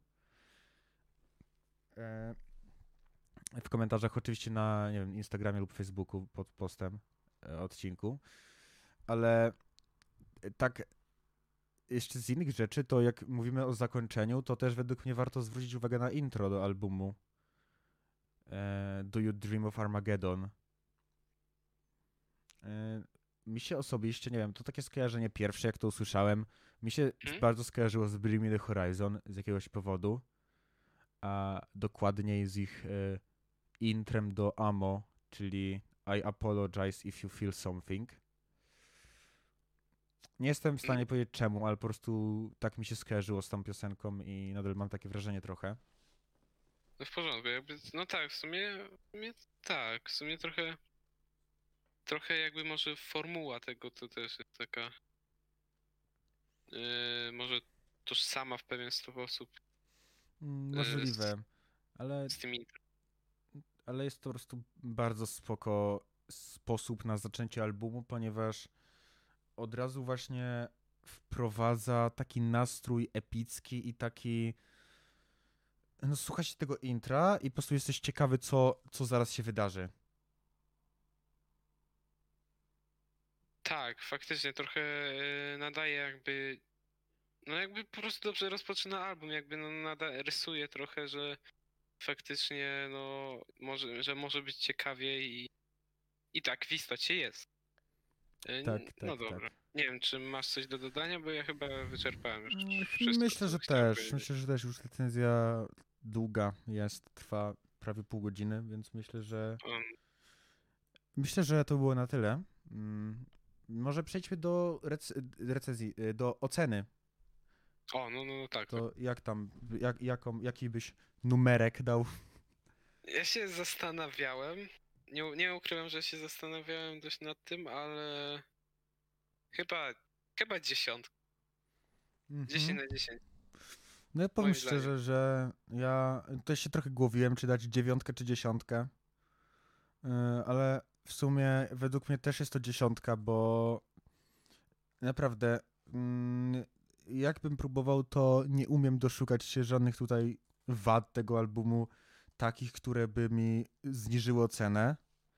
E, W komentarzach oczywiście na, nie wiem, Instagramie lub Facebooku pod postem e, odcinku. Ale e, tak jeszcze z innych rzeczy, to jak mówimy o zakończeniu, to też według mnie warto zwrócić uwagę na intro do albumu. E, Do You Dream of Armageddon? E, Mi się osobiście, nie wiem, to takie skojarzenie pierwsze, jak to usłyszałem, mi się Hmm? bardzo skojarzyło z Bring Me The Horizon z jakiegoś powodu, a dokładniej z ich e, intrem do Amo, czyli I Apologize If You Feel Something. Nie jestem w stanie powiedzieć czemu, ale po prostu tak mi się skojarzyło z tą piosenką i nadal mam takie wrażenie trochę. no w porządku, jakby, no tak, w sumie, w sumie tak, w sumie trochę, trochę jakby może formuła tego to też jest taka, yy, może tożsama w pewien sposób Mm, yy, Możliwe, ale, z tymi. ale jest to po prostu bardzo spoko sposób na zaczęcie albumu, ponieważ od razu właśnie wprowadza taki nastrój epicki i taki... No słucha się tego intra i po prostu jesteś ciekawy, co, co zaraz się wydarzy. Tak, faktycznie trochę e, nadaje jakby, no jakby po prostu dobrze rozpoczyna album, jakby no nada, rysuje trochę, że faktycznie no może, że może być ciekawie i, i tak w istocie jest. E, Tak, No tak, dobra. tak. Nie wiem, czy masz coś do dodania, bo ja chyba wyczerpałem już Mm, wszystko, Myślę, co że chciałem też. powiedzieć. Myślę, że też już recenzja długa jest, trwa prawie pół godziny, więc myślę, że Um, myślę, że to było na tyle. Mm, Może przejdźmy do rec recenzji, y, do oceny. O, no, no, no tak. tak. To jak tam, jak, jaką, jaki byś numerek dał? Ja się zastanawiałem, nie, nie ukrywam, że się zastanawiałem dość nad tym, ale chyba, chyba dziesiątka. dziesięć Mhm. na dziesięć. No ja powiem moim szczerze, że ja też się trochę głowiłem, czy dać dziewiątkę, czy dziesiątkę. Yy, ale w sumie według mnie też jest to dziesiątka, bo naprawdę mm, jakbym próbował, to nie umiem doszukać się żadnych tutaj wad tego albumu, takich, które by mi zniżyły ocenę.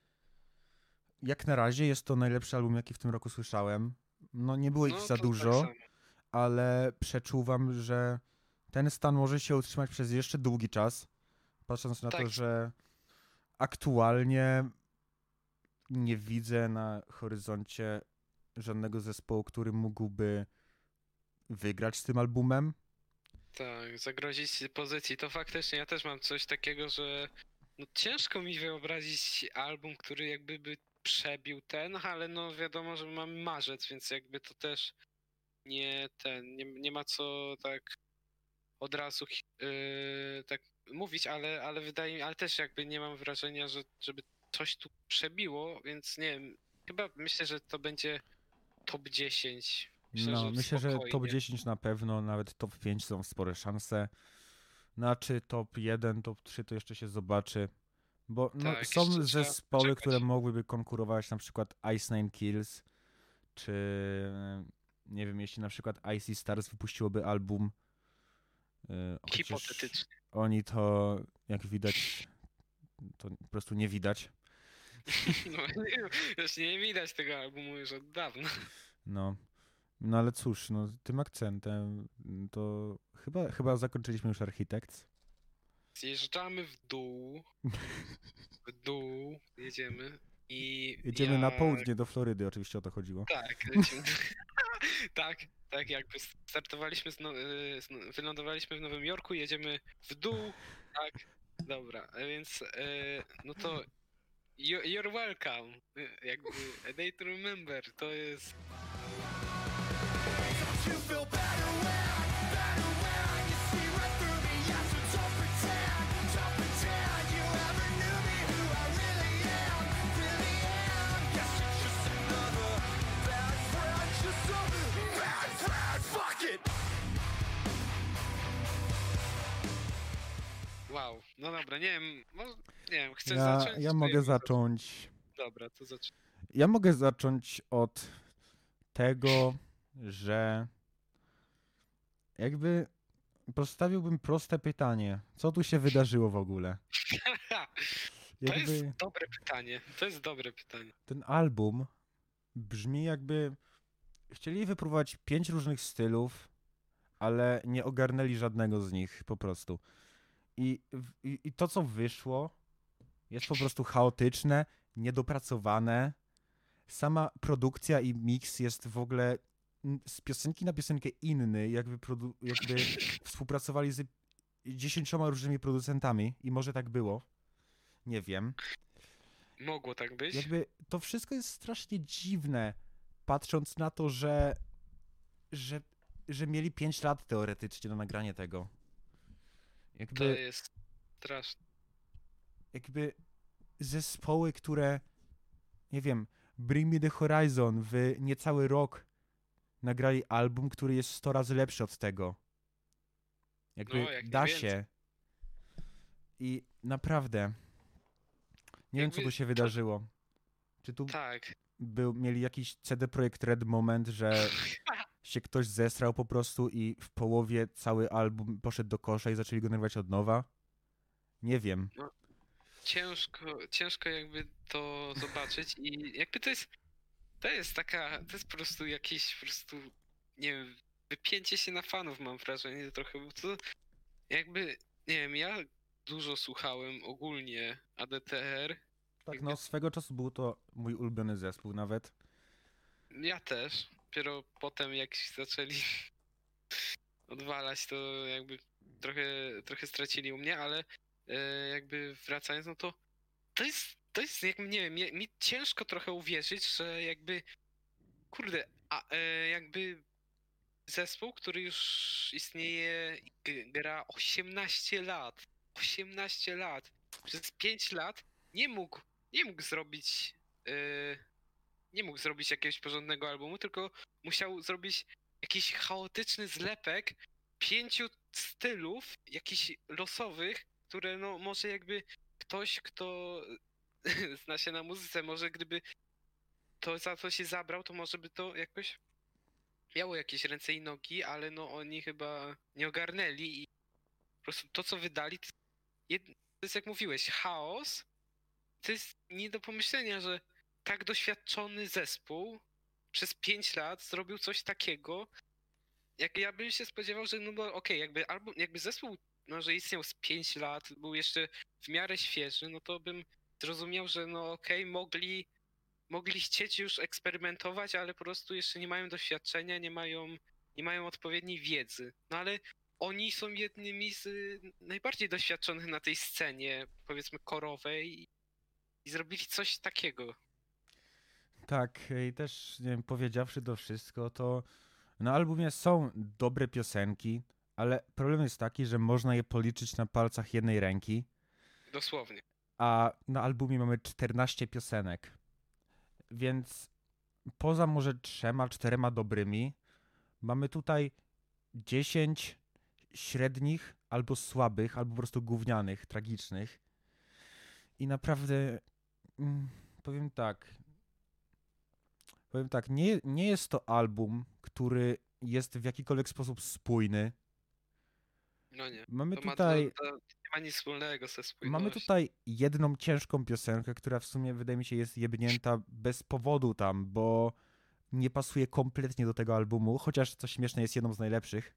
Jak na razie jest to najlepszy album, jaki w tym roku słyszałem. No nie było ich No za to tak dużo, samo. ale przeczuwam, że ten stan może się utrzymać przez jeszcze długi czas, patrząc na to, Tak. że aktualnie nie widzę na horyzoncie żadnego zespołu, który mógłby wygrać z tym albumem. Tak, zagrozić pozycji. To faktycznie ja też mam coś takiego, że no ciężko mi wyobrazić album, który jakby by przebił ten, ale no wiadomo, że mamy marzec, więc jakby to też nie ten, nie, nie ma co tak od razu yy, tak mówić, ale, ale wydaje mi, ale też jakby nie mam wrażenia, że żeby coś tu przebiło, więc nie wiem, chyba myślę, że to będzie top dziesięć. Myślę, No, że myślę, że top spokojnie. dziesięć na pewno, nawet top pięć są spore szanse. No, czy top jeden, top trzy to jeszcze się zobaczy. Bo no, Tak, są jeszcze trzeba zespoły, poczekać. które mogłyby konkurować, na przykład Ice Nine Kills, czy nie wiem, jeśli na przykład Icy Stars wypuściłoby album, yy, chociaż Hipotetycznie. oni to, jak widać, to po prostu nie widać. No, nie, już nie widać tego albumu już od dawna. No, no ale cóż, no, tym akcentem to chyba, chyba zakończyliśmy już Architects. Zjeżdżamy w dół, w dół jedziemy i Jedziemy ja... na południe do Florydy, oczywiście o to chodziło. Tak, lecimy. tak, tak jakby startowaliśmy, z no, y, z, no- wylądowaliśmy w Nowym Jorku, jedziemy w dół, tak, dobra, a więc y, no to you, you're welcome, y, jakby a day to remember, to jest You feel better when, better when you see right through me. Yeah, so don't pretend, don't pretend you ever knew me, who I really am, really am. Guess you're just another bad friend, just a bad friend. Fuck it. wow, no dobra, nie wiem, może, nie wiem, chcesz Ja, zacząć? ja czy mogę mam zacząć. Dobra, to zacznij. Ja mogę zacząć od tego, że jakby postawiłbym proste pytanie. Co tu się wydarzyło w ogóle? To Jakby jest dobre pytanie, to jest dobre pytanie. ten album brzmi jakby chcieli wypróbować pięć różnych stylów, ale nie ogarnęli żadnego z nich po prostu. I, i, i to, co wyszło, jest po prostu chaotyczne, niedopracowane. Sama produkcja i miks jest w ogóle mm, z piosenki na piosenkę inny, jakby, produ- jakby współpracowali z dziesięcioma różnymi producentami i może tak było. Nie wiem. Mogło tak być? Jakby to wszystko jest strasznie dziwne, patrząc na to, że, że, że mieli pięć lat teoretycznie na nagranie tego. To Jakby, jest straszne. jakby zespoły, które, nie wiem, Bring Me The Horizon w niecały rok nagrali album, który jest sto razy lepszy od tego. Jakby No, jak nie da więcej. się. I naprawdę, nie wiem, co Jakby tu się to- wydarzyło. Czy tu Tak. był, mieli jakiś C D Projekt Red moment, że się ktoś zesrał po prostu i w połowie cały album poszedł do kosza i zaczęli go nagrywać od nowa? Nie wiem. Ciężko, ciężko jakby to zobaczyć i jakby to jest, to jest taka, to jest po prostu jakieś po prostu, nie wiem, wypięcie się na fanów mam wrażenie trochę, bo to jakby, nie wiem, ja dużo słuchałem ogólnie A D T R, Tak, jakby- no swego czasu był to mój ulubiony zespół nawet. ja też, dopiero potem jak się zaczęli odwalać, to jakby trochę, trochę stracili u mnie, ale e, jakby wracając, no to to jest, to jest jakby, nie wiem, mi, mi ciężko trochę uwierzyć, że jakby, kurde, a e, jakby zespół, który już istnieje i g- gra osiemnaście lat, osiemnaście lat, przez pięć lat nie mógł, nie mógł zrobić, e, nie mógł zrobić jakiegoś porządnego albumu, tylko musiał zrobić jakiś chaotyczny zlepek pięciu stylów, jakichś losowych, które no może jakby ktoś, kto zna się na muzyce, może gdyby to za co się zabrał, to może by to jakoś miało jakieś ręce i nogi, ale no oni chyba nie ogarnęli i po prostu to, co wydali, to jest, jed- to jest jak mówiłeś, chaos. To jest nie do pomyślenia, że tak doświadczony zespół przez pięć lat zrobił coś takiego. Jak ja bym się spodziewał, że no bo okej, jakby albo jakby zespół, no że istniał z pięć lat, był jeszcze w miarę świeży, no to bym zrozumiał, że no okej, mogli, mogli chcieć już eksperymentować, ale po prostu jeszcze nie mają doświadczenia, nie mają, nie mają odpowiedniej wiedzy. No ale oni są jednymi z y, najbardziej doświadczonych na tej scenie, powiedzmy, korowej i, i zrobili coś takiego. Tak, i też, nie wiem, powiedziawszy to wszystko, to na albumie są dobre piosenki, ale problem jest taki, że można je policzyć na palcach jednej ręki, Dosłownie. a na albumie mamy czternaście piosenek. Więc poza może trzema, czterema dobrymi, mamy tutaj dziesięć średnich, albo słabych, albo po prostu gównianych, tragicznych. I naprawdę, mm, powiem tak, powiem tak, nie, nie jest to album, który jest w jakikolwiek sposób spójny. No nie. Mamy To, ma, tutaj, to, to nie ma nic wspólnego ze spójnością. mamy tutaj jedną ciężką piosenkę, która w sumie wydaje mi się jest jebnięta bez powodu tam, bo nie pasuje kompletnie do tego albumu, chociaż co śmieszne jest jedną z najlepszych.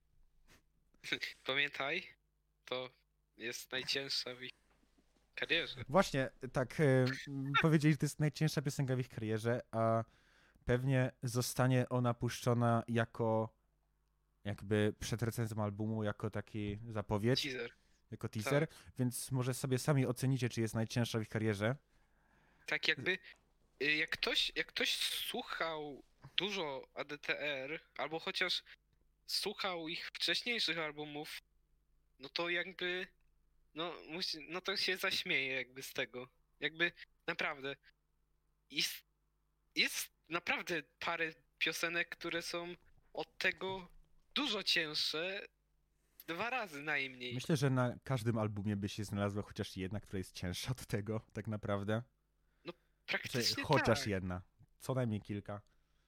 Pamiętaj, to jest najcięższa w ich karierze. Właśnie, tak, e, m, powiedzieli, że to jest najcięższa piosenka w ich karierze, a pewnie zostanie ona puszczona jako jakby przed recenzją albumu, jako taki zapowiedź, Teaser. jako teaser, więc może sobie sami ocenicie, czy jest najcięższa w ich karierze. Tak jakby, y, jak ktoś, jak ktoś słuchał dużo A D T R, albo chociaż słuchał ich wcześniejszych albumów, no to jakby, no, musi, no to się zaśmieje jakby z tego. Jakby naprawdę jest, jest naprawdę parę piosenek, które są od tego dużo cięższe, dwa razy najmniej. Myślę, że na każdym albumie by się znalazła chociaż jedna, która jest cięższa od tego, tak naprawdę. Znaczy, Praktycznie chociaż tak. jedna, co najmniej kilka.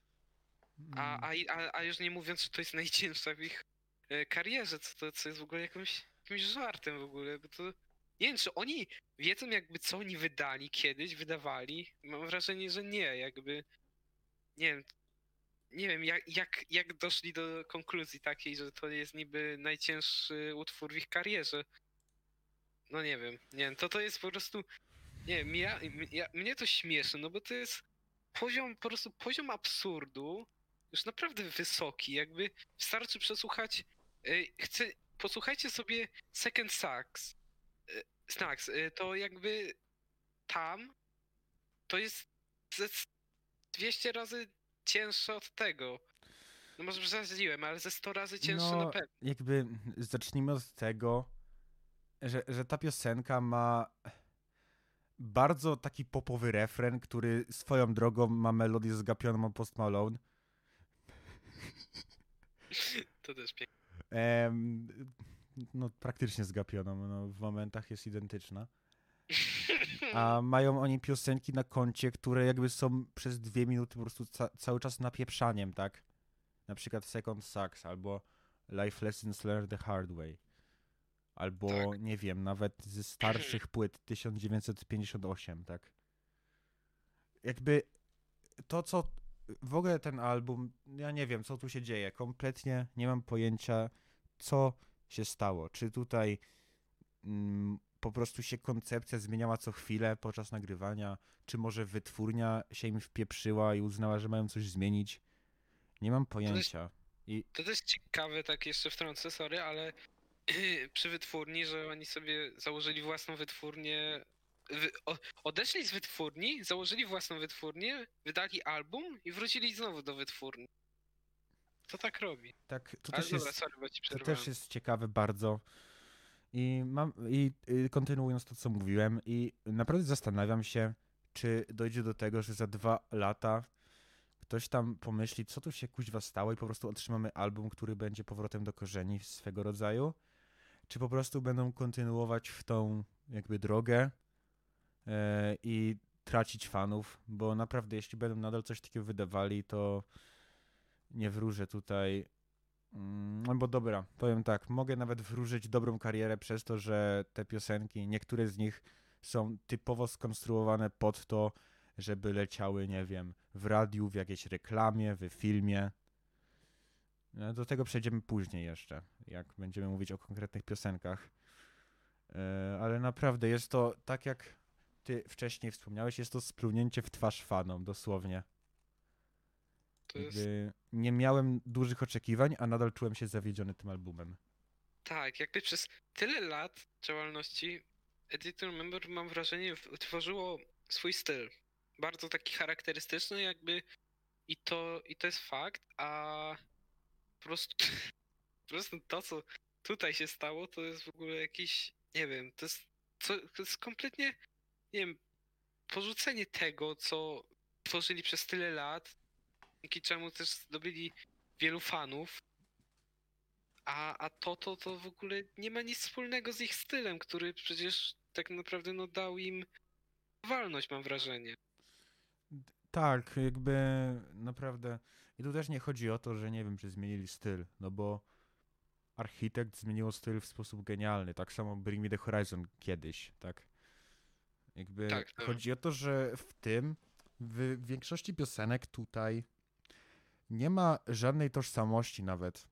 A, a, a, a już nie mówiąc, że to jest najcięższa w ich e, karierze, co, to, co jest w ogóle jakimś, jakimś żartem w ogóle, bo to... Nie wiem, czy oni wiedzą jakby co oni wydali kiedyś, wydawali? Mam wrażenie, że nie, jakby... Nie wiem, nie wiem jak, jak, jak doszli do konkluzji takiej, że to jest niby najcięższy utwór w ich karierze. No nie wiem, nie wiem, to to jest po prostu... Nie wiem, ja, ja, mnie to śmieszy, no bo to jest poziom, po prostu poziom absurdu już naprawdę wysoki, jakby wystarczy przesłuchać, y, chcę, posłuchajcie sobie Second Sucks, y, Snacks, y, to jakby tam to jest ze dwieście razy cięższe od tego. No może przesadziłem, ale ze sto razy cięższe na No, pewno. jakby zacznijmy od tego, że, że ta piosenka ma bardzo taki popowy refren, który swoją drogą ma melodię zgapioną od Post Malone. To też piękne. Em, no praktycznie zgapioną, no, w momentach jest identyczna. a mają oni piosenki na koncie, które jakby są przez dwie minuty po prostu ca cały czas napieprzaniem, tak? Na przykład Second Sucks, albo Life Lessons Learned the Hard Way, albo Tak. nie wiem, nawet ze starszych płyt tysiąc dziewięćset pięćdziesiąt osiem, tak? Jakby to, co w ogóle ten album, ja nie wiem, co tu się dzieje, kompletnie nie mam pojęcia, co się stało. Czy tutaj mm, po prostu się koncepcja zmieniała co chwilę podczas nagrywania, czy może wytwórnia się im wpieprzyła i uznała, że mają coś zmienić. Nie mam pojęcia. I To też ciekawe, tak jeszcze wtrącę, sorry, ale przy wytwórni, że oni sobie założyli własną wytwórnię. Wy, o, odeszli z wytwórni, założyli własną wytwórnię, wydali album i wrócili znowu do wytwórni. To tak robi. tak, to Ale też dobra, jest, sorry, bo ci to przerwałem. też jest ciekawe bardzo. I mam, i y, kontynuując to, co mówiłem, i naprawdę zastanawiam się, czy dojdzie do tego, że za dwa lata ktoś tam pomyśli, co tu się kuźwa stało i po prostu otrzymamy album, który będzie powrotem do korzeni swego rodzaju, czy po prostu będą kontynuować w tą jakby drogę e, i tracić fanów, bo naprawdę jeśli będą nadal coś takiego wydawali, to nie wróżę tutaj. Mm, No bo dobra, powiem tak, mogę nawet wróżyć dobrą karierę przez to, że te piosenki, niektóre z nich są typowo skonstruowane pod to, żeby leciały, nie wiem, w radiu, w jakiejś reklamie, w filmie. No, do tego przejdziemy później jeszcze, jak będziemy mówić o konkretnych piosenkach. E, Ale naprawdę jest to, tak jak ty wcześniej wspomniałeś, jest to splunięcie w twarz fanom, dosłownie. To jest. Jakby nie miałem dużych oczekiwań, a nadal czułem się zawiedziony tym albumem. Tak, jakby przez tyle lat działalności Editor Member, mam wrażenie, w- tworzyło swój styl. Bardzo taki charakterystyczny, jakby. I to, i to jest fakt, a po prostu, po prostu to, co tutaj się stało, to jest w ogóle jakiś, nie wiem, to jest, co, to jest kompletnie, nie wiem, porzucenie tego, co tworzyli przez tyle lat, dzięki czemu też zdobyli wielu fanów, a, a to, to, to w ogóle nie ma nic wspólnego z ich stylem, który przecież tak naprawdę no, dał im walność, mam wrażenie. Tak, jakby naprawdę. I tu też nie chodzi o to, że nie wiem, czy zmienili styl, no bo Architekt zmieniło styl w sposób genialny, tak samo Bring Me The Horizon kiedyś, tak? Jakby Tak, tak. chodzi o to, że w tym, w większości piosenek tutaj nie ma żadnej tożsamości nawet.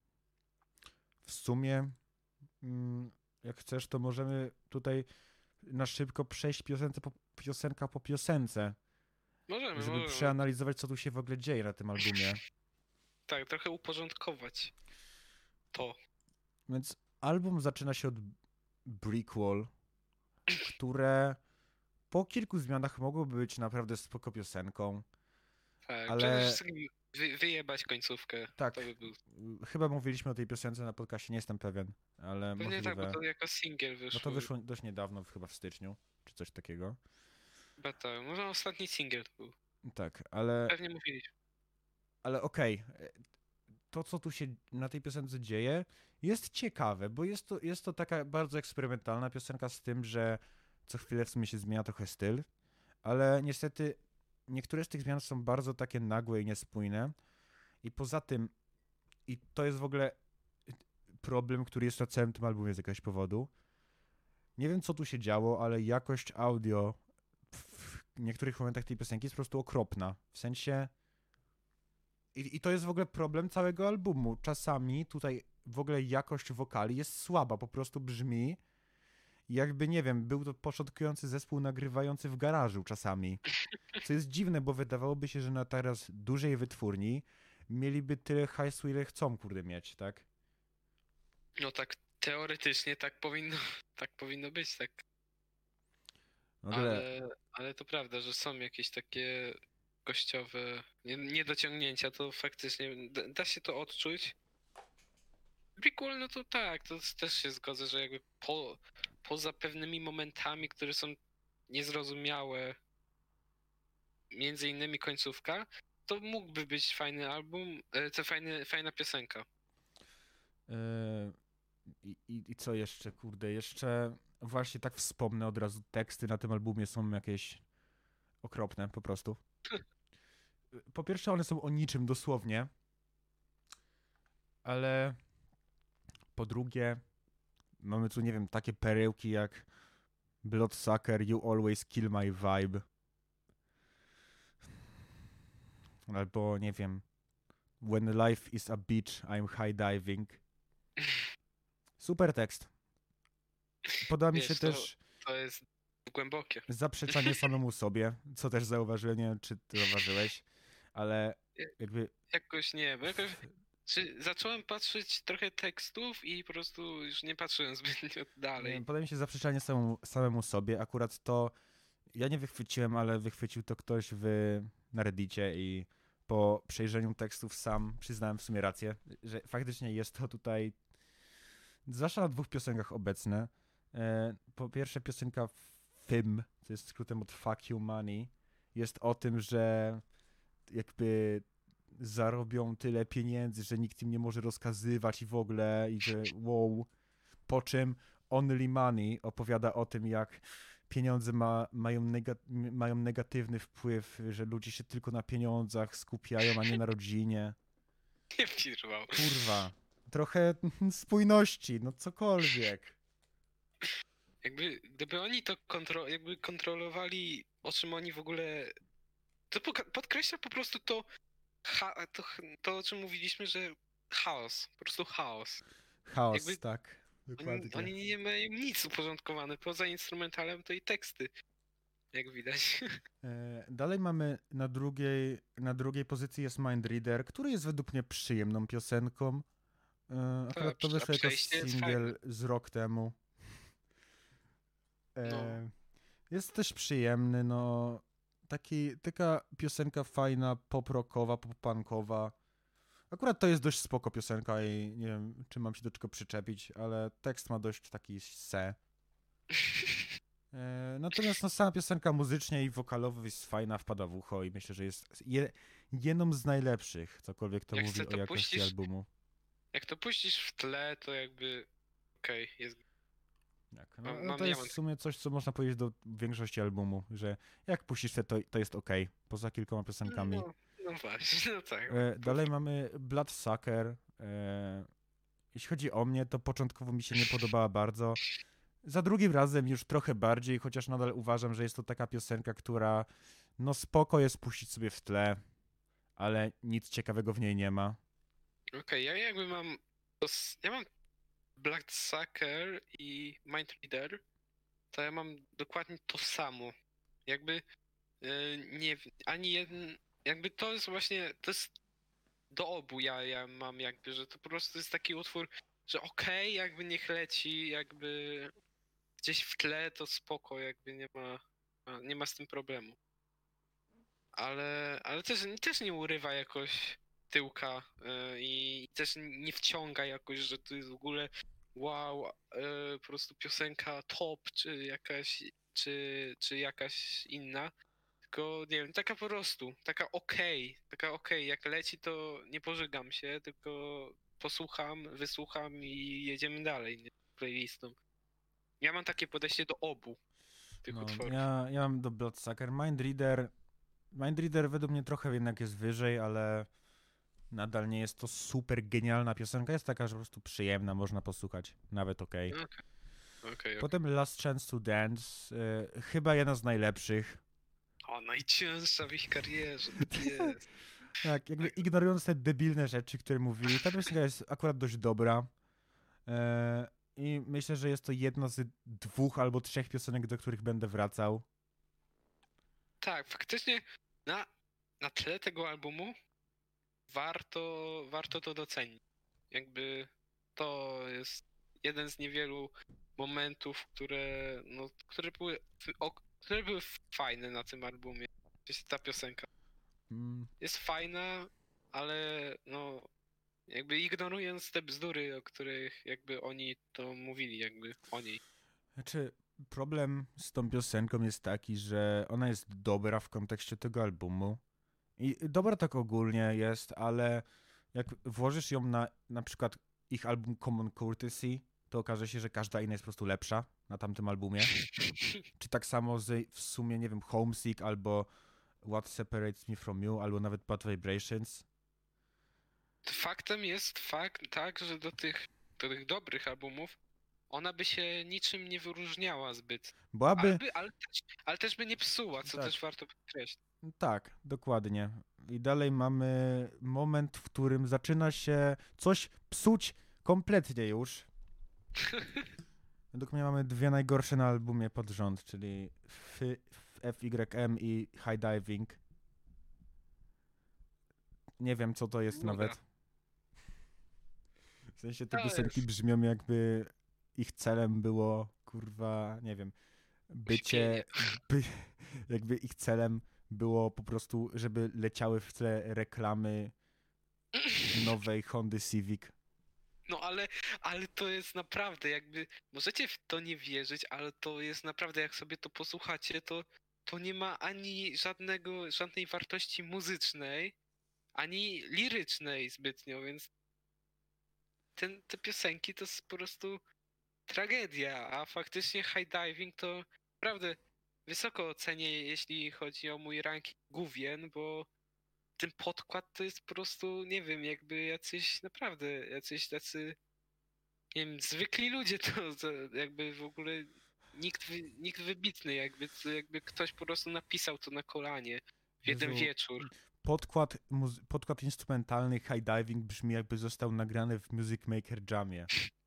W sumie, mm, jak chcesz, to możemy tutaj na szybko przejść piosence po, piosenka po piosence, Możemy, żeby możemy. przeanalizować, co tu się w ogóle dzieje na tym albumie. Tak, trochę uporządkować to. Więc album zaczyna się od Brick Wall, które po kilku zmianach mogłoby być naprawdę spoko piosenką. Tak, Ale- przede wszystkim wy, wyjebać końcówkę. Tak, To by był. chyba mówiliśmy o tej piosence na podcastie, nie jestem pewien, ale Pewnie możliwe. tak, bo to jako singiel wyszło. No to wyszło dość niedawno, chyba w styczniu, czy coś takiego. Chyba tak, może ostatni singiel to był. Tak, ale, Pewnie mówiliśmy. ale okej. e, To, co tu się na tej piosence dzieje, jest ciekawe, bo jest to, jest to taka bardzo eksperymentalna piosenka z tym, że co chwilę w sumie się zmienia trochę styl, ale niestety niektóre z tych zmian są bardzo takie nagłe i niespójne. I poza tym, i to jest w ogóle problem, który jest na całym tym albumie z jakiegoś powodu. Nie wiem, co tu się działo, ale jakość audio w niektórych momentach tej piosenki jest po prostu okropna. W sensie... I, I to jest w ogóle problem całego albumu. Czasami tutaj w ogóle jakość wokali jest słaba, po prostu brzmi jakby, nie wiem, był to początkujący zespół nagrywający w garażu czasami. Co jest dziwne, bo wydawałoby się, że na teraz dużej wytwórni mieliby tyle hajsu, ile chcą, kurde, mieć, tak? No tak teoretycznie tak powinno, tak powinno być, tak. W ogóle, Ale, ale to prawda, że są jakieś takie gościowe nie- niedociągnięcia, to faktycznie da, da się to odczuć. Prequel, no to tak, to s- też się zgodzę, że jakby po, poza pewnymi momentami, które są niezrozumiałe, między innymi końcówka, to mógłby być fajny album, e, to fajny, fajna piosenka. yy, i- i, I co jeszcze, kurde, jeszcze właśnie tak wspomnę od razu, teksty na tym albumie są jakieś okropne po prostu. Po pierwsze, one są o niczym dosłownie, ale po drugie, mamy tu, nie wiem, takie perełki jak Bloodsucker, You Always Kill My Vibe. Albo, nie wiem, When Life is a Beach, I'm High Diving. Super tekst. Podoba mi Wiesz, się to- też To jest głębokie. zaprzeczanie samemu sobie, co też zauważyłem, nie wiem, czy ty zauważyłeś, ale jakby Jakoś nie, bo jakoś... Czy zacząłem patrzeć trochę tekstów i po prostu już nie patrzyłem zbytnio dalej. nie, podoba mi się zaprzeczanie samemu, samemu sobie. Akurat to ja nie wychwyciłem, ale wychwycił to ktoś w, na Reddicie i po przejrzeniu tekstów sam przyznałem w sumie rację, że faktycznie jest to tutaj zwłaszcza na dwóch piosenkach obecne. E, po pierwsze piosenka F I M, co jest skrótem od Fuck You Money, jest o tym, że jakby zarobią tyle pieniędzy, że nikt im nie może rozkazywać i w ogóle, i że wow. Po czym Only Money opowiada o tym, jak pieniądze ma, mają, nega- mają negatywny wpływ, że ludzie się tylko na pieniądzach skupiają, a nie na rodzinie. Nie wpierwał. Kurwa. Trochę spójności, no cokolwiek. Jakby, gdyby oni to kontro, jakby kontrolowali, o czym oni w ogóle... To poka- podkreśla po prostu to, cha- to, ch- to, o czym mówiliśmy, że chaos, po prostu chaos. Chaos, Jakby- tak. Oni, Dokładnie. oni nie mają nic uporządkowane, poza instrumentalem to i teksty, jak widać. E, Dalej mamy na drugiej, na drugiej pozycji jest Mind Reader, który jest według mnie przyjemną piosenką. E, Akurat to a wyszło jako przejście jest singiel z rok temu. E, No. Jest też przyjemny, no. Taki, taka piosenka fajna, pop-rockowa, pop-punkowa. Akurat to jest dość spoko piosenka i nie wiem, czy mam się do czego przyczepić, ale tekst ma dość taki se. E, Natomiast no, sama piosenka muzycznie i wokalowo jest fajna, wpada w ucho i myślę, że jest je, jedną z najlepszych, cokolwiek to Jak mówi se o to jakości puścisz- albumu. Jak to puścisz w tle, to jakby... Okej, jest... Tak, no, Mam- no mam to jest w diament. sumie coś, co można powiedzieć do większości albumu, że jak puścisz te, to, to jest okej, poza kilkoma piosenkami. No, no właśnie, no tak. E, dalej mamy Bloodsucker. E, jeśli chodzi o mnie, to początkowo mi się nie podobała bardzo. Za drugim razem już trochę bardziej, chociaż nadal uważam, że jest to taka piosenka, która no spoko jest puścić sobie w tle, ale nic ciekawego w niej nie ma. Okej, ja jakby mam... to s- Ja mam Bloodsucker i Mind Reader, to ja mam dokładnie to samo. Jakby yy, nie... w- Ani jeden... Jakby to jest właśnie... To jest do obu ja, ja mam jakby, że to po prostu jest taki utwór, że okej, jakby niech leci, jakby gdzieś w tle to spoko, jakby nie ma... a, Nie ma z tym problemu. Ale, ale też, też nie urywa jakoś tyłka y, i też nie wciąga jakoś, że to jest w ogóle wow, y, po prostu piosenka top, czy jakaś, czy, czy jakaś inna. Tylko nie wiem, taka po prostu, taka okej, taka okej, jak leci to nie pożygam się, tylko posłucham, wysłucham i jedziemy dalej, nie? Playlistą. Ja mam takie podejście do obu tych No, utworów. ja, ja mam do Bloodsucker. Mind Reader. Mind Reader według mnie trochę jednak jest wyżej, ale nadal nie jest to super genialna piosenka. Jest taka, że po prostu przyjemna, można posłuchać. Nawet okej. Okej, okej. Potem Last Chance to Dance. Y, chyba jedna z najlepszych. O, najcięższa w ich karierze, tak jest. Tak, jakby ignorując te debilne rzeczy, które mówili, ta piosenka jest akurat dość dobra. E, I myślę, że jest to jedna z dwóch albo trzech piosenek, do których będę wracał. Tak, faktycznie na, na tle tego albumu warto, warto to docenić. Jakby to jest jeden z niewielu momentów, które, no, które, były, o, które były fajne na tym albumie. Jest ta piosenka. Mm, Jest fajna, ale no jakby ignorując te bzdury, o których jakby oni to mówili, jakby o niej. Znaczy, problem z tą piosenką jest taki, że ona jest dobra w kontekście tego albumu. I dobra tak ogólnie jest, ale jak włożysz ją na na przykład ich album Common Courtesy, to okaże się, że każda inna jest po prostu lepsza na tamtym albumie. Czy tak samo z w sumie, nie wiem, Homesick albo What Separates Me From You, albo nawet Bad Vibrations. Faktem jest fakt, tak, że do tych, do tych dobrych albumów ona by się niczym nie wyróżniała zbyt. Byłaby... Ale, by, ale, też, ale też by nie psuła, co Tak. też warto podkreślić. Tak, dokładnie. I dalej mamy moment, w którym zaczyna się coś psuć kompletnie już. Według mnie mamy dwie najgorsze na albumie pod rząd, czyli F, F Y M i High Diving. Nie wiem, co to jest Nuda. nawet. W sensie te To piosenki jest- brzmią, jakby ich celem było, kurwa, nie wiem, bycie, by, jakby ich celem było po prostu, żeby leciały w tle reklamy nowej Hondy Civic. No ale, ale to jest naprawdę jakby, możecie w to nie wierzyć, ale to jest naprawdę, jak sobie to posłuchacie, to, to nie ma ani żadnego, żadnej wartości muzycznej, ani lirycznej zbytnio, więc ten, te piosenki to jest po prostu tragedia, a faktycznie High Diving to naprawdę wysoko ocenię, jeśli chodzi o mój ranking główien, bo ten podkład to jest po prostu, nie wiem, jakby jacyś naprawdę, jacyś tacy, nie wiem, zwykli ludzie to, to jakby w ogóle nikt, wy- nikt wybitny, jakby, to jakby ktoś po prostu napisał to na kolanie w jeden Jezu, wieczór. Podkład, muzy- podkład instrumentalny High Diving brzmi, jakby został nagrany w Music Maker Jamie.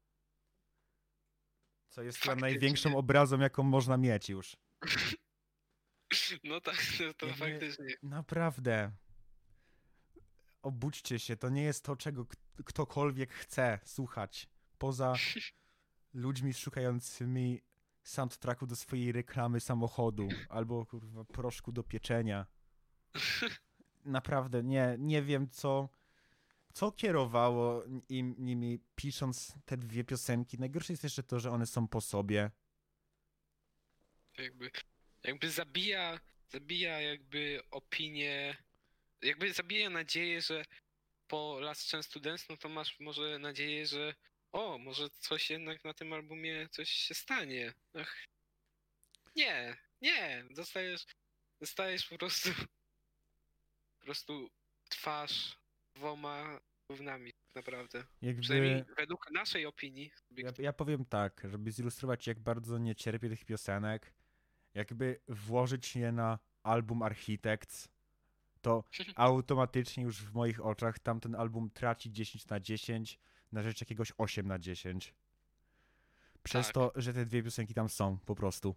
Co jest chyba Faktycznie. największą obrazą, jaką można mieć już. No tak, to, to Jakby- faktycznie. Naprawdę. Obudźcie się, to nie jest to, czego k- ktokolwiek chce słuchać. Poza ludźmi szukającymi soundtracku do swojej reklamy samochodu albo kurwa proszku do pieczenia. Naprawdę, nie, nie wiem co, co kierowało im, nimi pisząc te dwie piosenki. Najgorsze jest jeszcze to, że one są po sobie. Jakby, jakby zabija, zabija jakby opinię, jakby zabija nadzieję, że po Last Chance to Dance, no to masz może nadzieję, że o, może coś jednak na tym albumie coś się stanie. Ach, nie, nie, dostajesz, dostajesz po prostu, po prostu twarz dwoma gównami, naprawdę. Przynajmniej Jakby, według naszej opinii. ja, ja powiem tak, żeby zilustrować jak bardzo nie cierpię tych piosenek, jakby włożyć je na album Architects, to automatycznie już w moich oczach tamten album traci dziesięć na dziesięć na rzecz jakiegoś osiem na dziesięć. Przez Tak. to, że te dwie piosenki tam są, po prostu.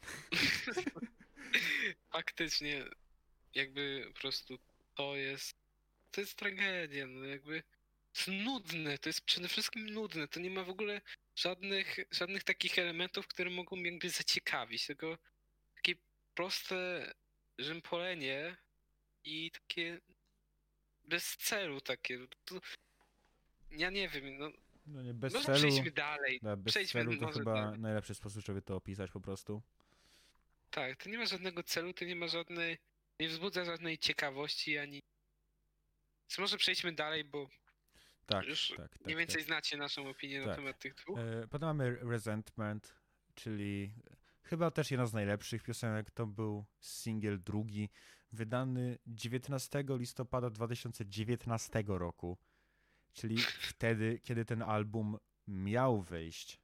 Faktycznie, jakby po prostu to jest, to jest tragedia, no jakby to jest nudne, to jest przede wszystkim nudne, to nie ma w ogóle żadnych, żadnych takich elementów, które mogą mnie jakby zaciekawić, tylko takie proste rzępolenie i takie bez celu takie, to, ja nie wiem, no, No nie, bez może celu, przejdźmy dalej, da, bez przejdźmy celu to może chyba dalej. najlepszy sposób, żeby to opisać po prostu. Tak, to nie ma żadnego celu, to nie ma żadnej, nie wzbudza żadnej ciekawości, ani... Więc może przejdźmy dalej, bo Tak, już tak, tak. mniej więcej tak. znacie naszą opinię na Tak. temat tych dwóch. E, potem mamy Resentment, czyli chyba też jedna z najlepszych piosenek. To był singiel drugi, wydany dziewiętnastego listopada dwa tysiące dziewiętnastego roku, czyli wtedy, kiedy ten album miał wyjść.